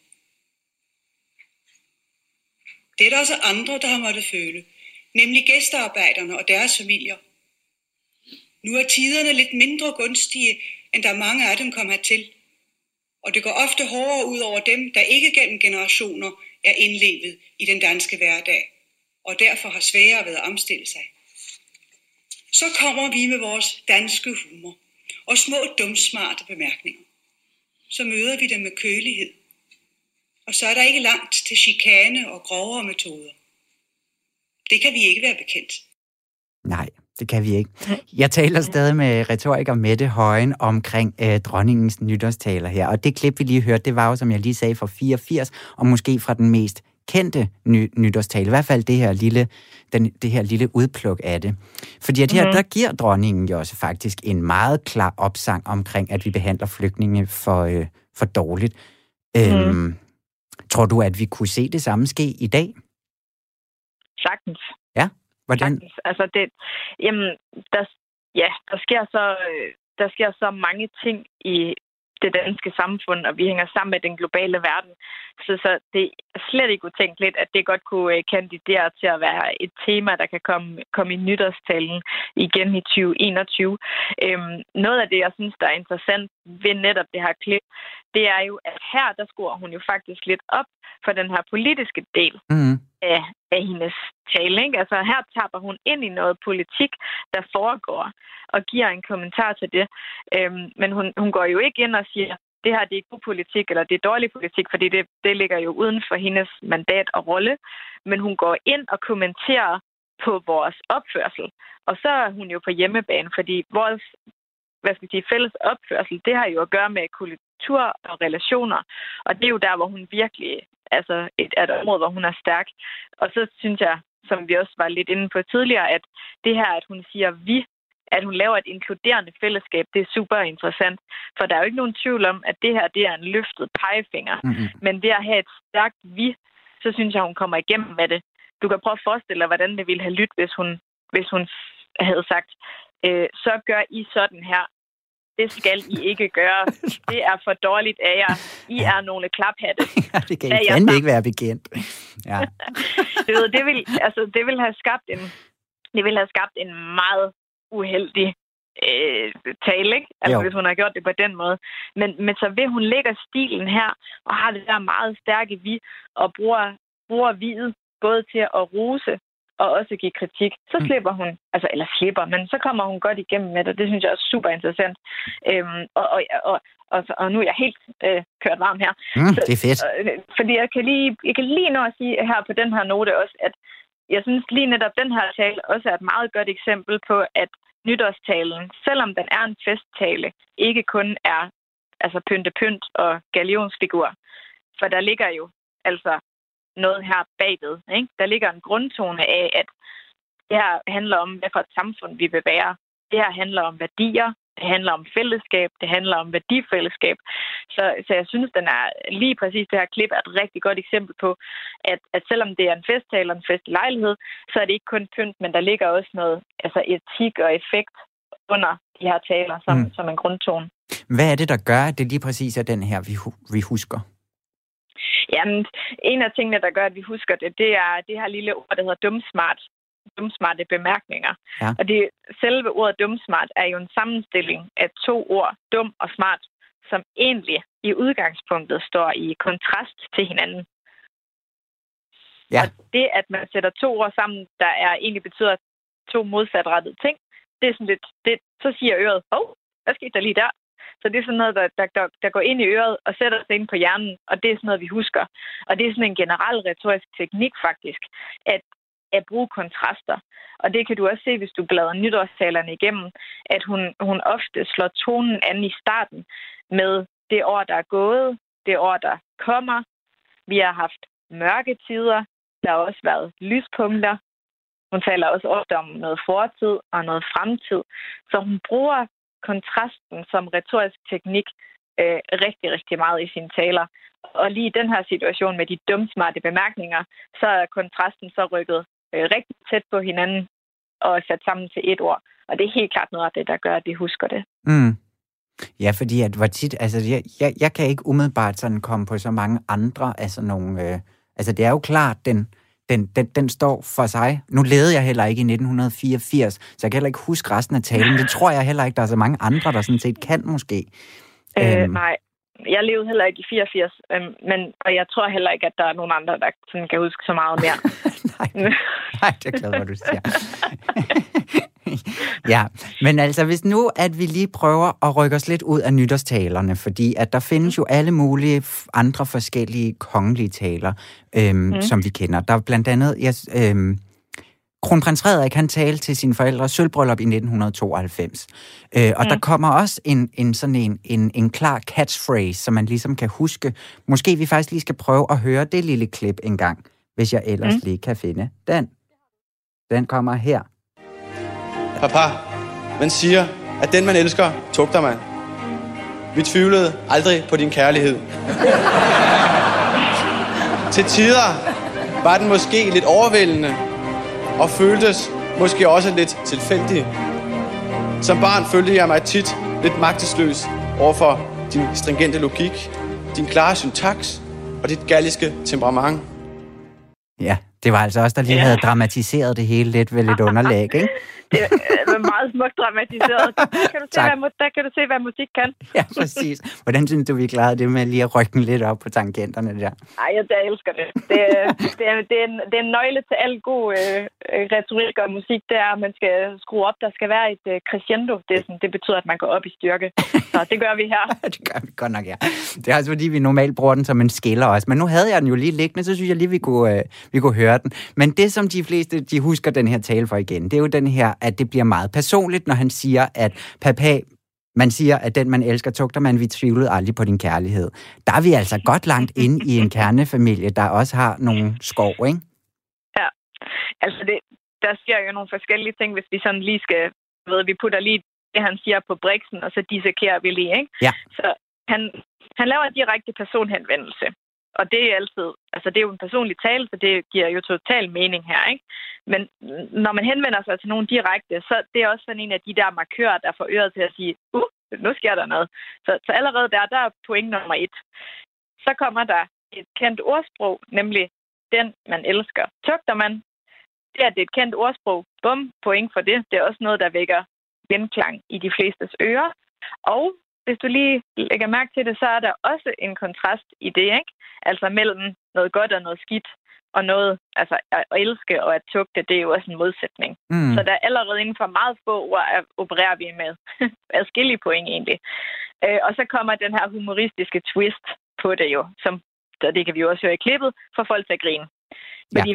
S6: Det er der også andre, der har måttet føle, nemlig gæstearbejderne og deres familier. Nu er tiderne lidt mindre gunstige, end da mange af dem kom hertil, og det går ofte hårdere ud over dem, der ikke gennem generationer er indlevet i den danske hverdag, og derfor har sværere ved at omstille sig. Så kommer vi med vores danske humor og små dumsmarte bemærkninger. Så møder vi dem med kølighed. Og så er der ikke langt til chikane og grovere metoder. Det kan vi ikke være bekendt.
S1: Nej, det kan vi ikke. Jeg taler stadig med retoriker Mette Højen omkring dronningens nytårstaler her. Og det klip, vi lige hørte, det var jo, som jeg lige sagde, fra 84, og måske fra den mest kendte nytårstale. I hvert fald det her lille udpluk af det. Fordi at her, der giver dronningen jo også faktisk en meget klar opsang omkring, at vi behandler flygtninge for dårligt. Tror du, at vi kunne se det samme ske i dag?
S5: Sagtens.
S1: Ja? Hvordan?
S5: Sagtens. Altså der sker så mange ting i det danske samfund, og vi hænger sammen med den globale verden. Så det er slet ikke utænkeligt, at det godt kunne kandidere til at være et tema, der kan komme i nytårstalen igen i 2021. Noget af det, jeg synes, der er interessant ved netop det her klip, det er jo, at her, der skruer hun jo faktisk lidt op for den her politiske del af hendes tale. Ikke? Altså her tapper hun ind i noget politik, der foregår, og giver en kommentar til det. Men hun går jo ikke ind og siger, det her det er god politik, eller det er dårlig politik, fordi det ligger jo uden for hendes mandat og rolle. Men hun går ind og kommenterer på vores opførsel. Og så er hun jo på hjemmebane, fordi vores fælles opførsel, det har jo at gøre med kultur og relationer. Og det er jo der, hvor hun virkelig er et område, hvor hun er stærk. Og så synes jeg, som vi også var lidt inde på tidligere, at det her, at hun siger vi, at hun laver et inkluderende fællesskab, det er super interessant. For der er jo ikke nogen tvivl om, at det her, det er en løftet pegefinger. Men ved at have et stærkt vi, så synes jeg, hun kommer igennem med det. Du kan prøve at forestille dig, hvordan det ville have lyttet, hvis hun havde sagt, så gør I sådan her. Det skal I ikke gøre. Det er for dårligt af jer. I er nogle klaphatte.
S1: Det kan I fandme ikke være bekendt. Ja.
S5: Det ville have skabt en meget uheldig tale, ikke? Altså, hvis hun har gjort det på den måde. Men så ved hun lægger stilen her, og har det der meget stærke vi, og bruger vi'et både til at rose og også give kritik, så slipper hun, men så kommer hun godt igennem med det. Det synes jeg er super interessant. Og nu er jeg helt kørt varm her.
S1: Det er fedt.
S5: Fordi jeg kan lige nå at sige her på den her note også, at jeg synes lige netop den her tale også er et meget godt eksempel på, at nytårstalen, selvom den er en festtale, ikke kun er pynt og gallionsfigur. For der ligger jo noget her bagved. Ikke? Der ligger en grundtone af, at det her handler om, hvad for et samfund vi vil være. Det her handler om værdier, det handler om fællesskab, det handler om værdifællesskab. Så jeg synes, den er lige præcis det her klip er et rigtig godt eksempel på, at selvom det er en festtale og en festlig lejlighed, så er det ikke kun pynt, men der ligger også noget etik og effekt under de her taler som en grundtone.
S1: Hvad er det, der gør, at det lige præcis er den her, vi husker?
S5: Jamen, en af tingene, der gør, at vi husker det er det her lille ord, der hedder dumsmarte bemærkninger. Ja. Og selve ordet dumsmart er jo en sammenstilling af to ord, dum og smart, som egentlig i udgangspunktet står i kontrast til hinanden. Ja. Og det, at man sætter to ord sammen, der egentlig betyder to modsatrettede ting, det er sådan lidt, så siger øret, hvad skete der lige der? Så det er sådan noget, der går ind i øret og sætter sig ind på hjernen, og det er sådan noget, vi husker. Og det er sådan en generel retorisk teknik faktisk, at bruge kontraster. Og det kan du også se, hvis du bladrer nytårstalerne igennem, at hun ofte slår tonen an i starten med det år, der er gået, det år, der kommer. Vi har haft mørke tider, der har også været lyspunkter. Hun taler også ofte om noget fortid og noget fremtid. Så hun bruger kontrasten som retorisk teknik rigtig, rigtig meget i sine taler. Og lige i den her situation med de dumsmarte bemærkninger, så er kontrasten så rykket rigtig tæt på hinanden. og sat sammen til et ord. Og det er helt klart noget af det, der gør, at de husker det.
S1: Mm. Ja, fordi at hvor tit, altså jeg kan ikke umiddelbart sådan komme på så mange andre, altså nogle, altså det er jo klart, den står for sig. Nu levede jeg heller ikke i 1984, så jeg kan heller ikke huske resten af talen. Det tror jeg heller ikke, der er så mange andre, der sådan set kan måske.
S5: Nej, jeg levede heller ikke i 84, og jeg tror heller ikke, at der er nogen andre, der sådan kan huske så meget mere.
S1: Nej, det er glad, hvad du siger. Ja, men altså hvis nu, at vi lige prøver at rykke os lidt ud af nytårstalerne, fordi at der findes jo alle mulige andre forskellige kongelige taler, som vi kender. Der er blandt andet, kronprins Frederik, han talte til sine forældre sølvbryllup i 1992. Og der kommer også en klar catchphrase, som man ligesom kan huske. Måske vi faktisk lige skal prøve at høre det lille klip en gang, hvis jeg ellers lige kan finde den. Den kommer her.
S7: Papa, man siger, at den man elsker, tugter man. Vi tvivlede aldrig på din kærlighed. Til tider var den måske lidt overvældende, og føltes måske også lidt tilfældig. Som barn følte jeg mig tit lidt magtesløs overfor din stringente logik, din klare syntaks og dit galliske temperament.
S1: Ja, det var altså også der lige havde dramatiseret det hele lidt ved lidt underlæg, ikke?
S5: Det er meget smukt dramatiseret. Der kan du se, hvad musik kan.
S1: Ja, præcis. Hvordan synes du, vi klarede det med lige at rykke den lidt op på tangenterne der?
S5: Ej, jeg elsker det. Det er en nøgle til al god retorik og musik, det er, at man skal skrue op. Der skal være et crescendo. Det betyder, at man går op i styrke. Så det gør vi her.
S1: Det gør vi godt nok, ja. Det er også fordi, vi normalt bruger den som en skiller også. Men nu havde jeg den jo lige liggende, så synes jeg lige, vi kunne høre den. Men det, som de fleste de husker den her tale for igen, det er jo den her, at det bliver meget personligt, når han siger, at papa, man siger, at den, man elsker, tugter man, vi tvivlede aldrig på din kærlighed. Der er vi altså godt langt inde i en kernefamilie, der også har nogle skov, ikke?
S5: Ja, altså der sker jo nogle forskellige ting, hvis vi sådan lige skal, vi putter lige det, han siger på briksen, og så dissekerer vi lige, ikke?
S1: Ja.
S5: Så han laver en direkte personhenvendelse. Og det er altid, altså det er jo en personlig tale, så det giver jo total mening her, ikke? Men når man henvender sig til nogen direkte, så det er også sådan en af de der markører, der får øret til at sige, nu sker der noget. Så allerede der er point nummer 1. Så kommer der et kendt ordsprog, nemlig den, man elsker, tugter man. Det er et kendt ordsprog. Bum, point for det. Det er også noget, der vækker genklang i de flestes ører. Og hvis du lige lægger mærke til det, så er der også en kontrast i det, ikke? Altså mellem noget godt og noget skidt, og noget, altså at elske og at tugte, det er jo også en modsætning. Så der er allerede inden for meget få ord, opererer vi med adskillige point egentlig. Og så kommer den her humoristiske twist på det jo, som, og det kan vi jo også høre i klippet, for folk til at grine. Fordi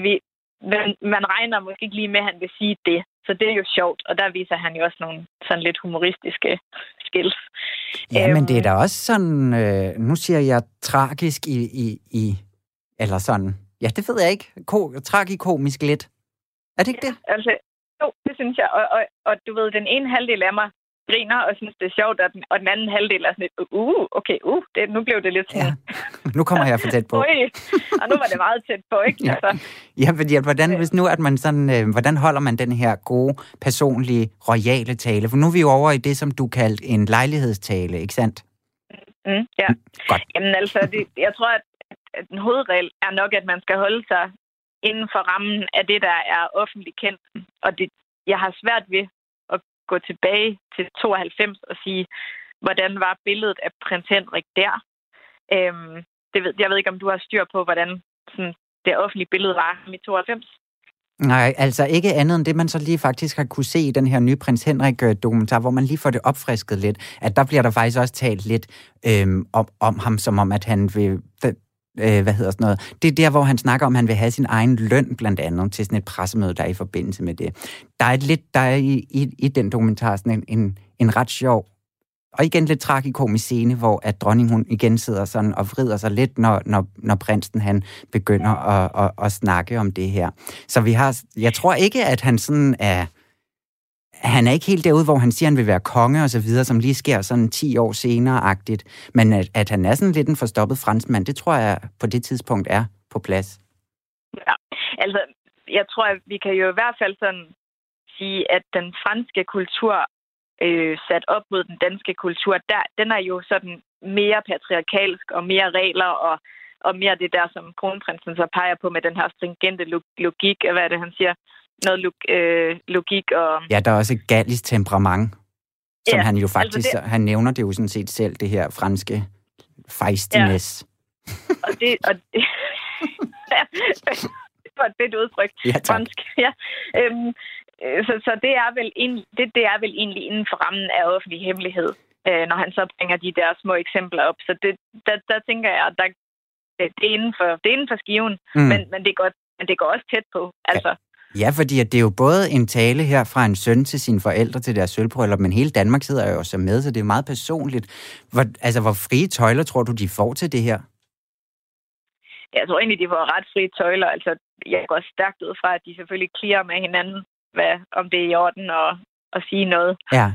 S5: man regner måske ikke lige med, at han vil sige det. Så det er jo sjovt, og der viser han jo også nogle sådan lidt humoristiske skills.
S1: Ja, men det er da også sådan, nu siger jeg tragisk i eller sådan, ja, det ved jeg ikke, tragikomisk lidt. Er det ikke det?
S5: Altså, jo, det synes jeg, og du ved, den ene halvdel af mig griner og synes, det er sjovt, og den anden halvdel er sådan lidt, nu blev det lidt sådan.
S1: Ja. Nu kommer jeg for tæt på.
S5: Og nu var det meget tæt på, ikke?
S1: Ja,
S5: altså.
S1: Ja, fordi hvis nu, at man sådan, hvordan holder man den her gode, personlige, royale tale? For nu er vi jo over i det, som du kaldte en lejlighedstale, ikke sandt?
S5: Ja.
S1: Godt.
S5: Jamen altså, jeg tror, at en hovedregel er nok, at man skal holde sig inden for rammen af det, der er offentligt kendt. Og jeg har svært ved at gå tilbage til 92 og sige, hvordan var billedet af prins Henrik der? Jeg ved ikke, om du har styr på, hvordan sådan, det offentlige billede var i 92.
S1: Nej, altså ikke andet end det, man så lige faktisk har kunne se i den her nye prins Henrik-dokumentar, hvor man lige får det opfrisket lidt, at der bliver der faktisk også talt lidt om ham, som om, at han vil... Det er der, hvor han snakker om, at han vil have sin egen løn, blandt andet, til sådan et pressemøde, der er i forbindelse med det. Der er i den dokumentar sådan en ret sjov, og igen lidt tragikomisk scene, hvor at dronningen hun igen sidder sådan og vrider sig lidt, når prinsen han begynder at snakke om det her. Så jeg tror ikke, at han sådan er... Han er ikke helt derude, hvor han siger, at han vil være konge og så videre, som lige sker sådan 10 år senere-agtigt. Men at han er sådan lidt en forstoppet franskmand, det tror jeg på det tidspunkt er på plads.
S5: Ja, altså, jeg tror, at vi kan jo i hvert fald sådan sige, at den franske kultur sat op mod den danske kultur, den er jo sådan mere patriarkalsk og mere regler og mere det der, som kronprinsen så peger på med den her stringente logik. Hvad er det, han siger? Noget logik og...
S1: Ja, der er også et gallisk temperament, som han jo faktisk... Altså han nævner det jo sådan set selv, det her franske feistiness.
S5: Ja. Og det var et fedt udtryk.
S1: Ja,
S5: fransk. Ja. Så det er vel egentlig inden for rammen af offentlig hemmelighed, når han så bringer de der små eksempler op. Så der tænker jeg, at det er inden for skiven, men det går også tæt på. Altså.
S1: Ja, fordi det er jo både en tale her fra en søn til sine forældre til deres sølvbryllup, men hele Danmark sidder jo også med, så det er meget personligt. Hvor frie tøjler tror du, de får til det her?
S5: Jeg tror egentlig, de får ret frie tøjler. Altså, jeg går stærkt ud fra, at de selvfølgelig clearer med hinanden, om det er i orden at sige noget.
S1: Ja.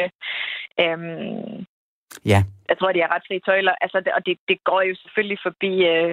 S1: Ja. Jeg
S5: tror, de har ret frie tøjler. Altså, og det går jo selvfølgelig forbi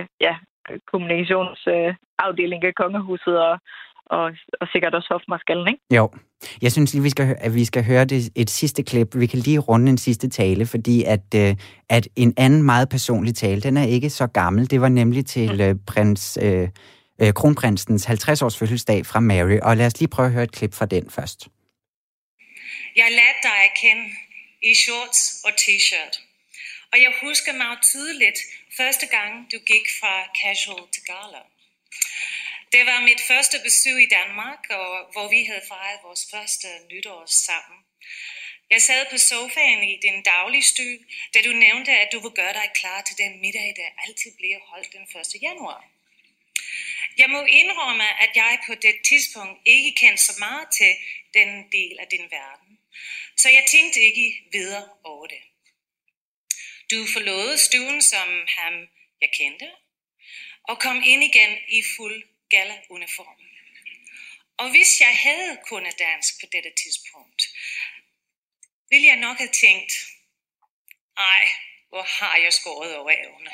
S5: kommunikationsafdelingen af kongehuset og sikkert også hofmarskallen, ikke?
S1: Jo. Jeg synes lige, at vi skal høre et sidste klip. Vi kan lige runde en sidste tale, fordi at en anden meget personlig tale, den er ikke så gammel. Det var nemlig til kronprinsens 50-års fødselsdag fra Mary. Og lad os lige prøve at høre et klip fra den først.
S8: Jeg lærte dig at kende i shorts og t-shirt. Og jeg husker meget tydeligt første gang, du gik fra casual til gala. Det var mit første besøg i Danmark, hvor vi havde fejret vores første nytår sammen. Jeg sad på sofaen i din dagligstue, da du nævnte, at du ville gøre dig klar til den middag, der altid bliver holdt den 1. januar. Jeg må indrømme, at jeg på det tidspunkt ikke kendte så meget til den del af din verden. Så jeg tænkte ikke videre over det. Du forlod stuen som ham, jeg kendte, og kom ind igen i fuld gala-uniform. Og hvis jeg havde kunnet dansk på dette tidspunkt, ville jeg nok have tænkt, ej, hvor har jeg skåret over evne.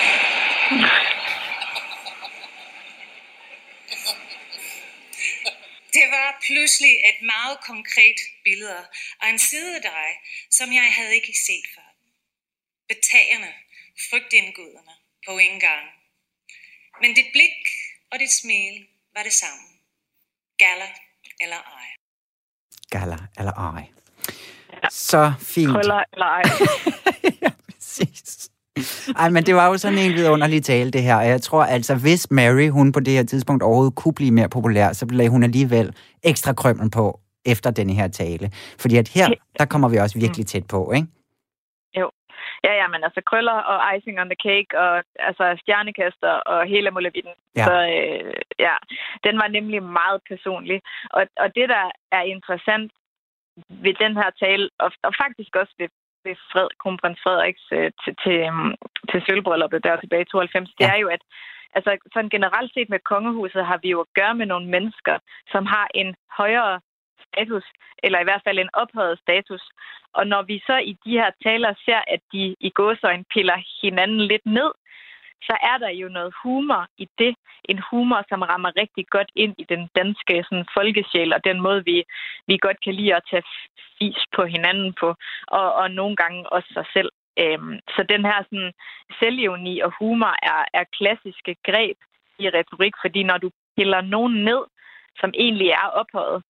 S8: Det var pludselig et meget konkret billede af en side af dig, som jeg havde ikke set før. Betagende, frygtindgydende på en gang. Men dit blik og dit smil var det samme. Gala eller ej.
S1: Gala eller ej. Ja. Så fint.
S5: Krøller eller ej.
S1: Ja, præcis. Ej, men det var jo sådan en vidunderlig tale, det her. Og jeg tror altså, hvis Mary, hun på det her tidspunkt overhovedet kunne blive mere populær, så blev hun alligevel ekstra krømmel på efter denne her tale. Fordi at her, der kommer vi også virkelig tæt på, ikke?
S5: Jo. Ja, men altså krøller og icing on the cake og altså stjernekaster og hele muligheden.
S1: Ja.
S5: Så den var nemlig meget personlig. Og det, der er interessant ved den her tale, og faktisk også ved kronprins Frederiks til sølvbrylluppet der tilbage i 92, det er jo, at altså, sådan generelt set med kongehuset har vi jo at gøre med nogle mennesker, som har en højere status, eller i hvert fald en ophøjet status. Og når vi så i de her taler ser, at de i gåseøjne piller hinanden lidt ned, så er der jo noget humor i det. En humor, som rammer rigtig godt ind i den danske sådan, folkesjæl, og den måde, vi godt kan lide at tage fis på hinanden på, og nogle gange også sig selv. Så den her sådan, selvironi og humor er klassiske greb i retorik, fordi når du piller nogen ned, som egentlig er ophøjet,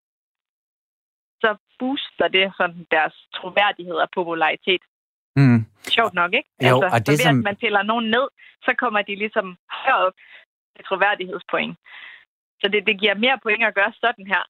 S5: så booster det sådan deres troværdighed og popularitet.
S1: Mm.
S5: Sjovt nok, ikke?
S1: Jo,
S5: altså,
S1: og det
S5: så ved at man piller nogen ned, så kommer de ligesom herop til troværdighedspoint. Så det giver mere point at gøre sådan her,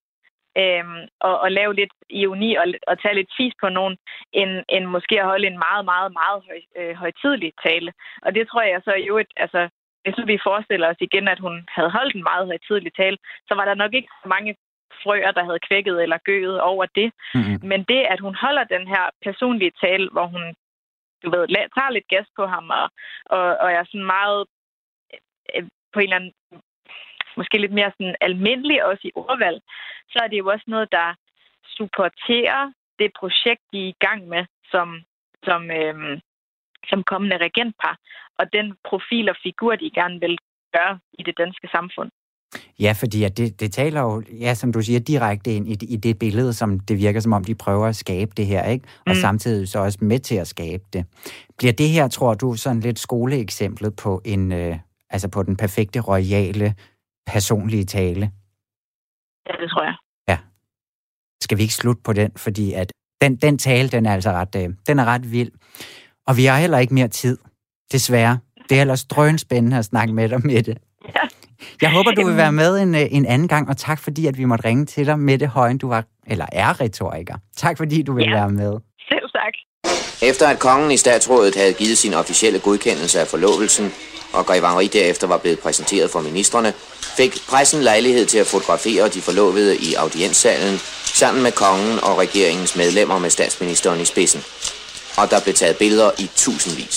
S5: og lave lidt ironi og tage lidt fis på nogen, end måske at holde en meget, meget, meget højtidelig tale. Og det tror jeg så jo, altså, hvis vi forestiller os igen, at hun havde holdt en meget højtidelig tale, så var der nok ikke så mange frøer, der havde kvækket eller gøet over det. Mm-hmm. Men det, at hun holder den her personlige tale, hvor hun tager lidt gas på ham, og er sådan meget på en eller anden, måske lidt mere sådan almindelig også i ordvalg, så er det jo også noget, der supporterer det projekt, de er i gang med, som kommende regentpar, og den profil og figur, de gerne vil gøre i det danske samfund.
S1: Ja, fordi at det taler jo, ja, som du siger, direkte ind i det billede, som det virker som om, de prøver at skabe det her, ikke? Og samtidig så også med til at skabe det. Bliver det her, tror du, sådan lidt skoleeksemplet på altså på den perfekte, royale, personlige tale?
S5: Ja, det tror jeg.
S1: Ja. Skal vi ikke slutte på den? Fordi at den tale, den er altså ret vild. Og vi har heller ikke mere tid, desværre. Det er ellers drønspændende at snakke med dig, Mette. Ja. Jeg håber, du vil være med en anden gang, og tak fordi, at vi måtte ringe til dig. Mette Højen, du er retoriker. Tak fordi, du vil være med.
S5: Selv tak.
S9: Efter at kongen i statsrådet havde givet sin officielle godkendelse af forlovelsen, og Grev Henri derefter var blevet præsenteret for ministrene, fik pressen lejlighed til at fotografere de forlovede i audienssalen, sammen med kongen og regeringens medlemmer med statsministeren i spidsen. Og der blev taget billeder i tusindvis.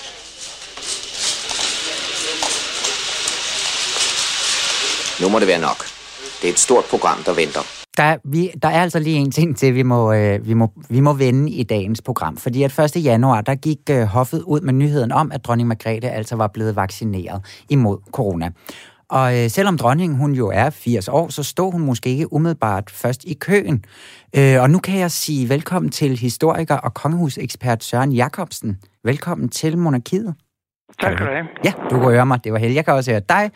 S9: Nu må det være nok. Det er et stort program, der venter.
S1: Der er altså lige en ting til, vi må vende i dagens program. Fordi at 1. januar, der gik hoffet ud med nyheden om, at dronning Margrethe altså var blevet vaccineret imod corona. Og selvom dronningen hun jo er 80 år, så stod hun måske ikke umiddelbart først i køen. Og nu kan jeg sige velkommen til historiker og kongehusekspert Søren Jacobsen. Velkommen til Monarkiet.
S10: Tak skal du have.
S1: Ja, du kunne høre mig. Det var heldigt. Jeg kan også høre dig.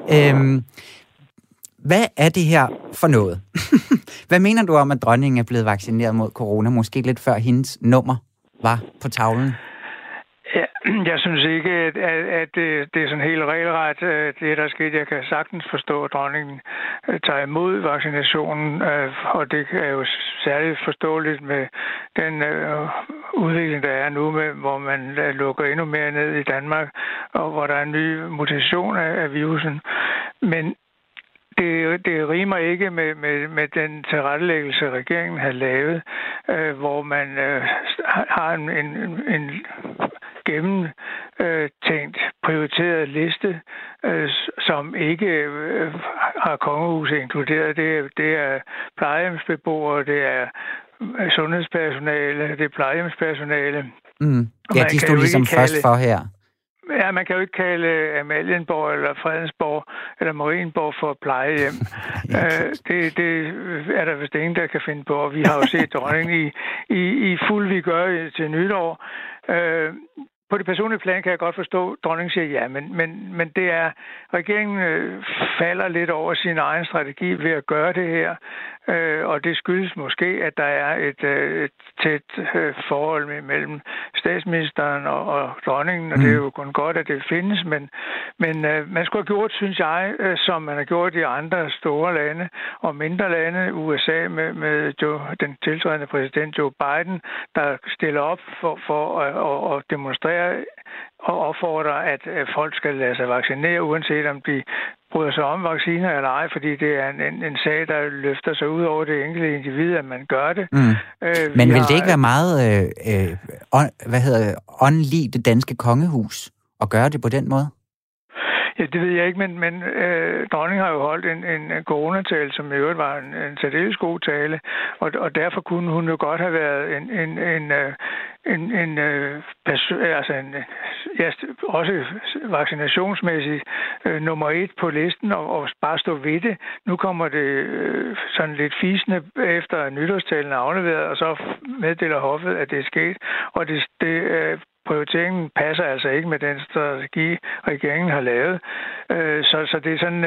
S1: Hvad er det her for noget? Hvad mener du om, at dronningen er blevet vaccineret mod corona, måske lidt før hendes nummer var på tavlen?
S10: Ja, jeg synes ikke, at det er sådan helt regelret, det der er sket. Jeg kan sagtens forstå, at dronningen tager imod vaccinationen, og det er jo særligt forståeligt med den udvikling, der er nu, med, hvor man lukker endnu mere ned i Danmark, og hvor der er en ny mutation af virusen. Men det rimer ikke med den tilrettelæggelse, regeringen har lavet, hvor man har en gennemtænkt prioriteret liste, som ikke har kongehuset inkluderet. Det er plejehjemsbeboere, det er sundhedspersonale, det er plejehjemspersonale.
S1: Ja, de stod ligesom først for her.
S10: Ja, man kan jo ikke kalde Amalienborg eller Fredensborg eller Marienborg for plejehjem. Det er der vist ingen, der kan finde på. Vi har jo set dronningen i fuld vigør til nytår. På det personlige plan kan jeg godt forstå, at dronningen siger ja, men det er, regeringen falder lidt over sin egen strategi ved at gøre det her, og det skyldes måske, at der er et tæt forhold mellem statsministeren og dronningen, og det er jo kun godt, at det findes, men man skulle have gjort, synes jeg, som man har gjort i andre store lande og mindre lande, USA med den tiltrædende præsident Joe Biden, der stiller op for at demonstrere og opfordrer, at folk skal lade sig vaccinere, uanset om de bryder sig om vacciner eller ej, fordi det er en sag, der løfter sig ud over det enkelte individ, at man gør det.
S1: Men vil det ikke være meget åndelig det danske kongehus at gøre det på den måde?
S10: Ja, det ved jeg ikke, men dronningen har jo holdt en coronatale, som i øvrigt var en særdeles god tale, og derfor kunne hun jo godt have været også vaccinationsmæssigt nummer 1 på listen og bare stå ved det. Nu kommer det sådan lidt fisende efter at nytårstalen er afleveret, og så meddeler hoffet, at det er sket, og det prioriteringen passer altså ikke med den strategi, regeringen har lavet. Så det er sådan,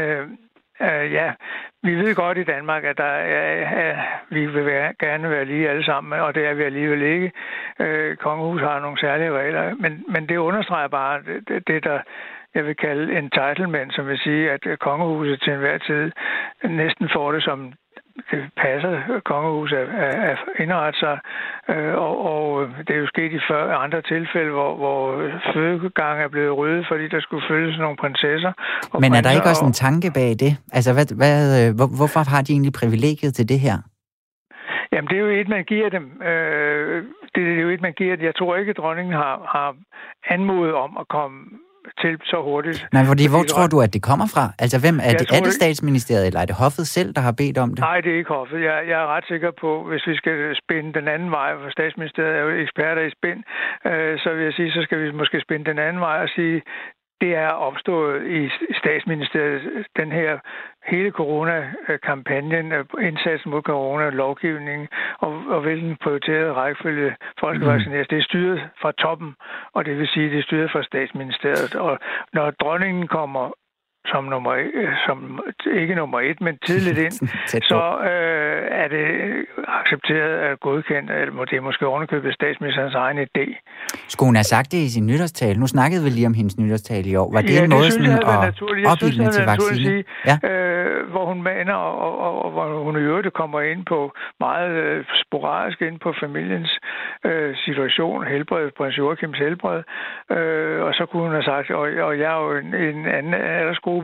S10: vi ved godt i Danmark, at vi vil gerne være lige alle sammen, og det er vi alligevel ikke. Kongehus har nogle særlige regler, men det understreger bare det der jeg vil kalde entitlement, som vil sige, at kongehuset til enhver tid næsten får det som det passer kongehuset at indrette sig, og det er jo sket i andre tilfælde, hvor fødegange er blevet ryddet, fordi der skulle følges nogle prinsesser.
S1: Men er der ikke også en tanke bag det? Altså, hvorfor har de egentlig privilegiet til det her?
S10: Jamen, det er jo et, man giver dem. Det er jo et, man giver dem. Jeg tror ikke, at dronningen har anmodet om at komme til så hurtigt.
S1: Nej, fordi hvor tror du, at det kommer fra? Altså, hvem er det? Er det statsministeriet, eller er det hoffet selv, der har bedt om det?
S10: Nej, det er ikke hoffet. Jeg er ret sikker på, hvis vi skal spænde den anden vej, for statsministeriet er jo eksperter i spænd, så vil jeg sige, så skal vi måske spænde den anden vej og sige, det er opstået i statsministeriet, den her hele corona-kampagnen, indsatsen mod corona-lovgivningen, og hvilken prioriteret rækkefølge folk skal vaccineres. Det er styret fra toppen, og det vil sige, det er styret fra statsministeriet. Og når dronningen kommer som ikke nummer 1, men tidligt ind, så er det accepteret at godkendt, eller det er måske ovenikøbet statsministerens egen idé.
S1: Skulle hun have sagt det i sin nytårstale? Nu snakkede vi lige om hendes nytårstale i år. Var det en måde sådan at opildne til vaccine?
S10: Ja. Hvor hun mener, og hvor hun i øvrigt kommer ind på meget sporadisk ind på familiens situation, helbred, prins Joachims helbred, og så kunne hun have sagt, og jeg er jo en anden aldersgruppe,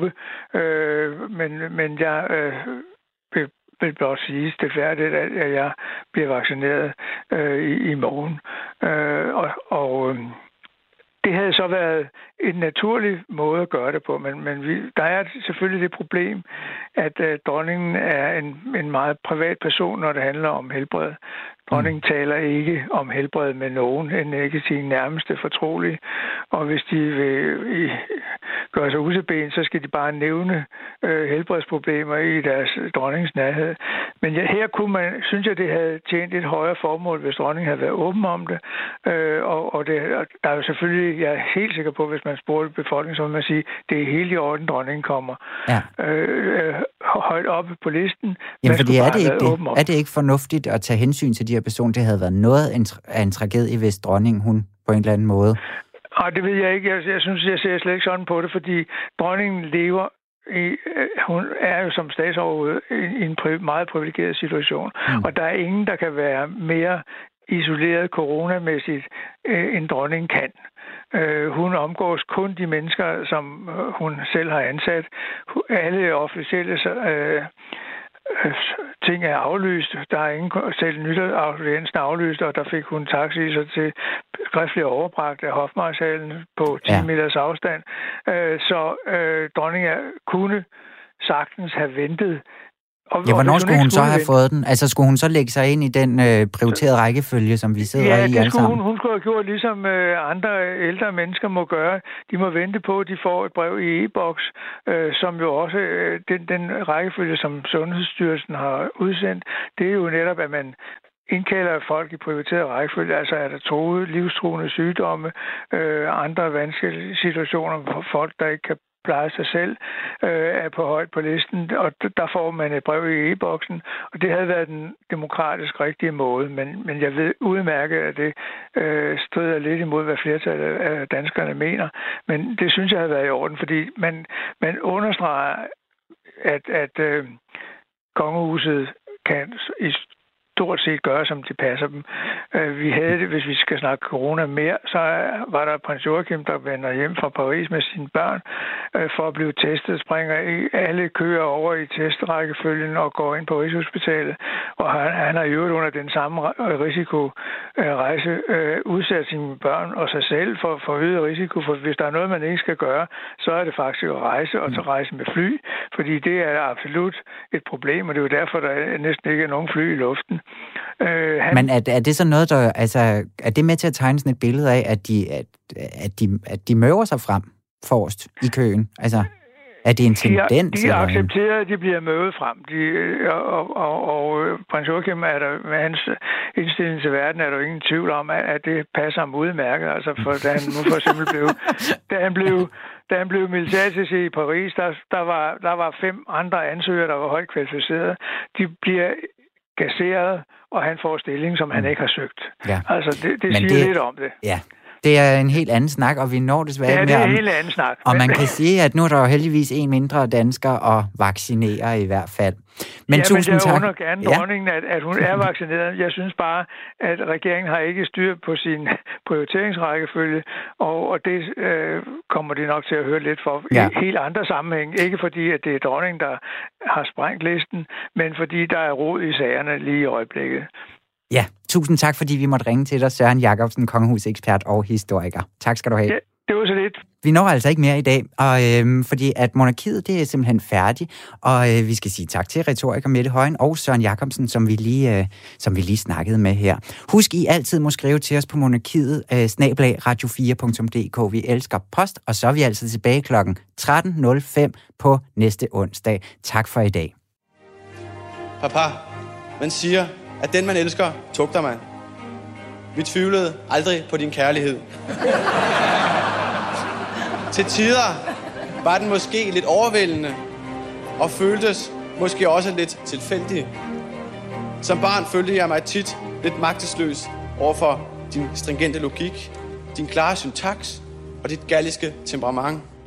S10: men jeg vil blot sige stilfærdigt, at jeg bliver vaccineret i morgen. Og det havde så været en naturlig måde at gøre det på, men der er selvfølgelig det problem, at dronningen er en meget privat person, når det handler om helbred. Dronningen taler ikke om helbred med nogen, end ikke sine nærmeste fortrolige. Og hvis de vil gøre sig useben, så skal de bare nævne helbredsproblemer i deres dronningens nærhed. Men her kunne man, synes jeg, det havde tjent et højere formål, hvis dronningen havde været åben om det. Og der er jo selvfølgelig, jeg er helt sikker på, hvis man spurgte befolkningen, så vil man sige, det er helt i orden, dronningen kommer. Ja. Højt oppe på listen.
S1: Jamen, fordi er det ikke fornuftigt at tage hensyn til de her personer? Det havde været noget af en tragedie, hvis dronningen, hun på en eller anden måde...
S10: Og det ved jeg ikke. Jeg synes, jeg ser slet ikke sådan på det, fordi dronningen lever hun er jo som statsoverhoved i en meget privilegeret situation. Og der er ingen, der kan være mere isoleret coronamæssigt, end dronningen kan. Hun omgås kun de mennesker, som hun selv har ansat. Alle officielle ting er aflyst. Der er ingen selv nytårsaudiensen aflyst, og der fik hun taxier til skriftligt overbragt af hofmarskalen på 10 meters afstand. Så dronningen kunne sagtens have ventet.
S1: Hvornår skulle hun så have fået den? Altså, skulle hun så lægge sig ind i den prioriterede rækkefølge, som vi sidder i alle sammen?
S10: Ja, hun skulle have gjort, ligesom andre ældre mennesker må gøre. De må vente på, at de får et brev i e-boks, som jo også, den rækkefølge, som Sundhedsstyrelsen har udsendt, det er jo netop, at man indkalder folk i prioriteret rækkefølge, altså er der truede, livstruende sygdomme, andre vanskelige situationer for folk, der ikke kan pleje sig selv, er på højt på listen, og der får man et brev i e-boksen, og det havde været den demokratisk rigtige måde, men jeg ved udmærket, at det strider lidt imod, hvad flertallet af danskerne mener, men det synes jeg havde været i orden, fordi man understreger, at kongehuset kan i stort set gøre, som de passer dem. Vi havde det, hvis vi skal snakke corona mere, så var der prins Joachim, der vender hjem fra Paris med sine børn for at blive testet, springer alle køer over i testrækkefølgen og går ind på Rigshospitalet. Og han har i øvrigt under den samme risikorejse udsat sine børn og sig selv for forøget risiko, for hvis der er noget, man ikke skal gøre, så er det faktisk at rejse, og så rejse med fly, fordi det er absolut et problem, og det er jo derfor, der næsten ikke er nogen fly i luften.
S1: Men er det så noget, der, altså, er det med til at tegne sådan et billede af, at de møver sig frem forrest i køen? Altså, er det en tendens?
S10: De accepterer, at de bliver møvet frem. Og prins Joachim, med hans indstilling til verden, er der jo ingen tvivl om, at det passer ham udmærket. Altså, for da han nu for eksempel da han blev militærattaché i Paris, der var 5 andre ansøgere, der var højt kvalificerede. De bliver gasseret, og han får stilling, som han ikke har søgt. Ja. Altså, det siger lidt om det.
S1: Ja. Det er en helt anden snak, og vi når desværre
S10: med. Ja, det er en helt anden snak.
S1: Og man kan sige, at nu er der jo heldigvis en mindre dansker at vaccinere i hvert fald. Men tusind tak.
S10: Jeg under gerne dronningen, at hun er vaccineret. Jeg synes bare, at regeringen har ikke styr på sin prioriteringsrækkefølge, og det kommer de nok til at høre lidt for i helt andre sammenhæng. Ikke fordi, at det er dronningen, der har sprængt listen, men fordi der er rod i sagerne lige i øjeblikket.
S1: Ja, tusind tak, fordi vi måtte ringe til dig, Søren Jacobsen, kongehusekspert og historiker. Tak skal du have.
S10: Det var så lidt.
S1: Vi når altså ikke mere i dag, og fordi at monarkiet, det er simpelthen færdigt, og vi skal sige tak til retoriker Mette Højen og Søren Jakobsen, som vi lige snakkede med her. Husk, I altid må skrive til os på monarkiet, @radio4.dk. Vi elsker post, og så er vi altså tilbage kl. 13.05 på næste onsdag. Tak for i dag.
S7: Papa, man siger, at den man elsker, tugter man. Vi tvivlede aldrig på din kærlighed. Til tider var den måske lidt overvældende, og føltes måske også lidt tilfældig. Som barn følte jeg mig tit lidt magtesløs overfor din stringente logik, din klare syntaks og dit galliske temperament.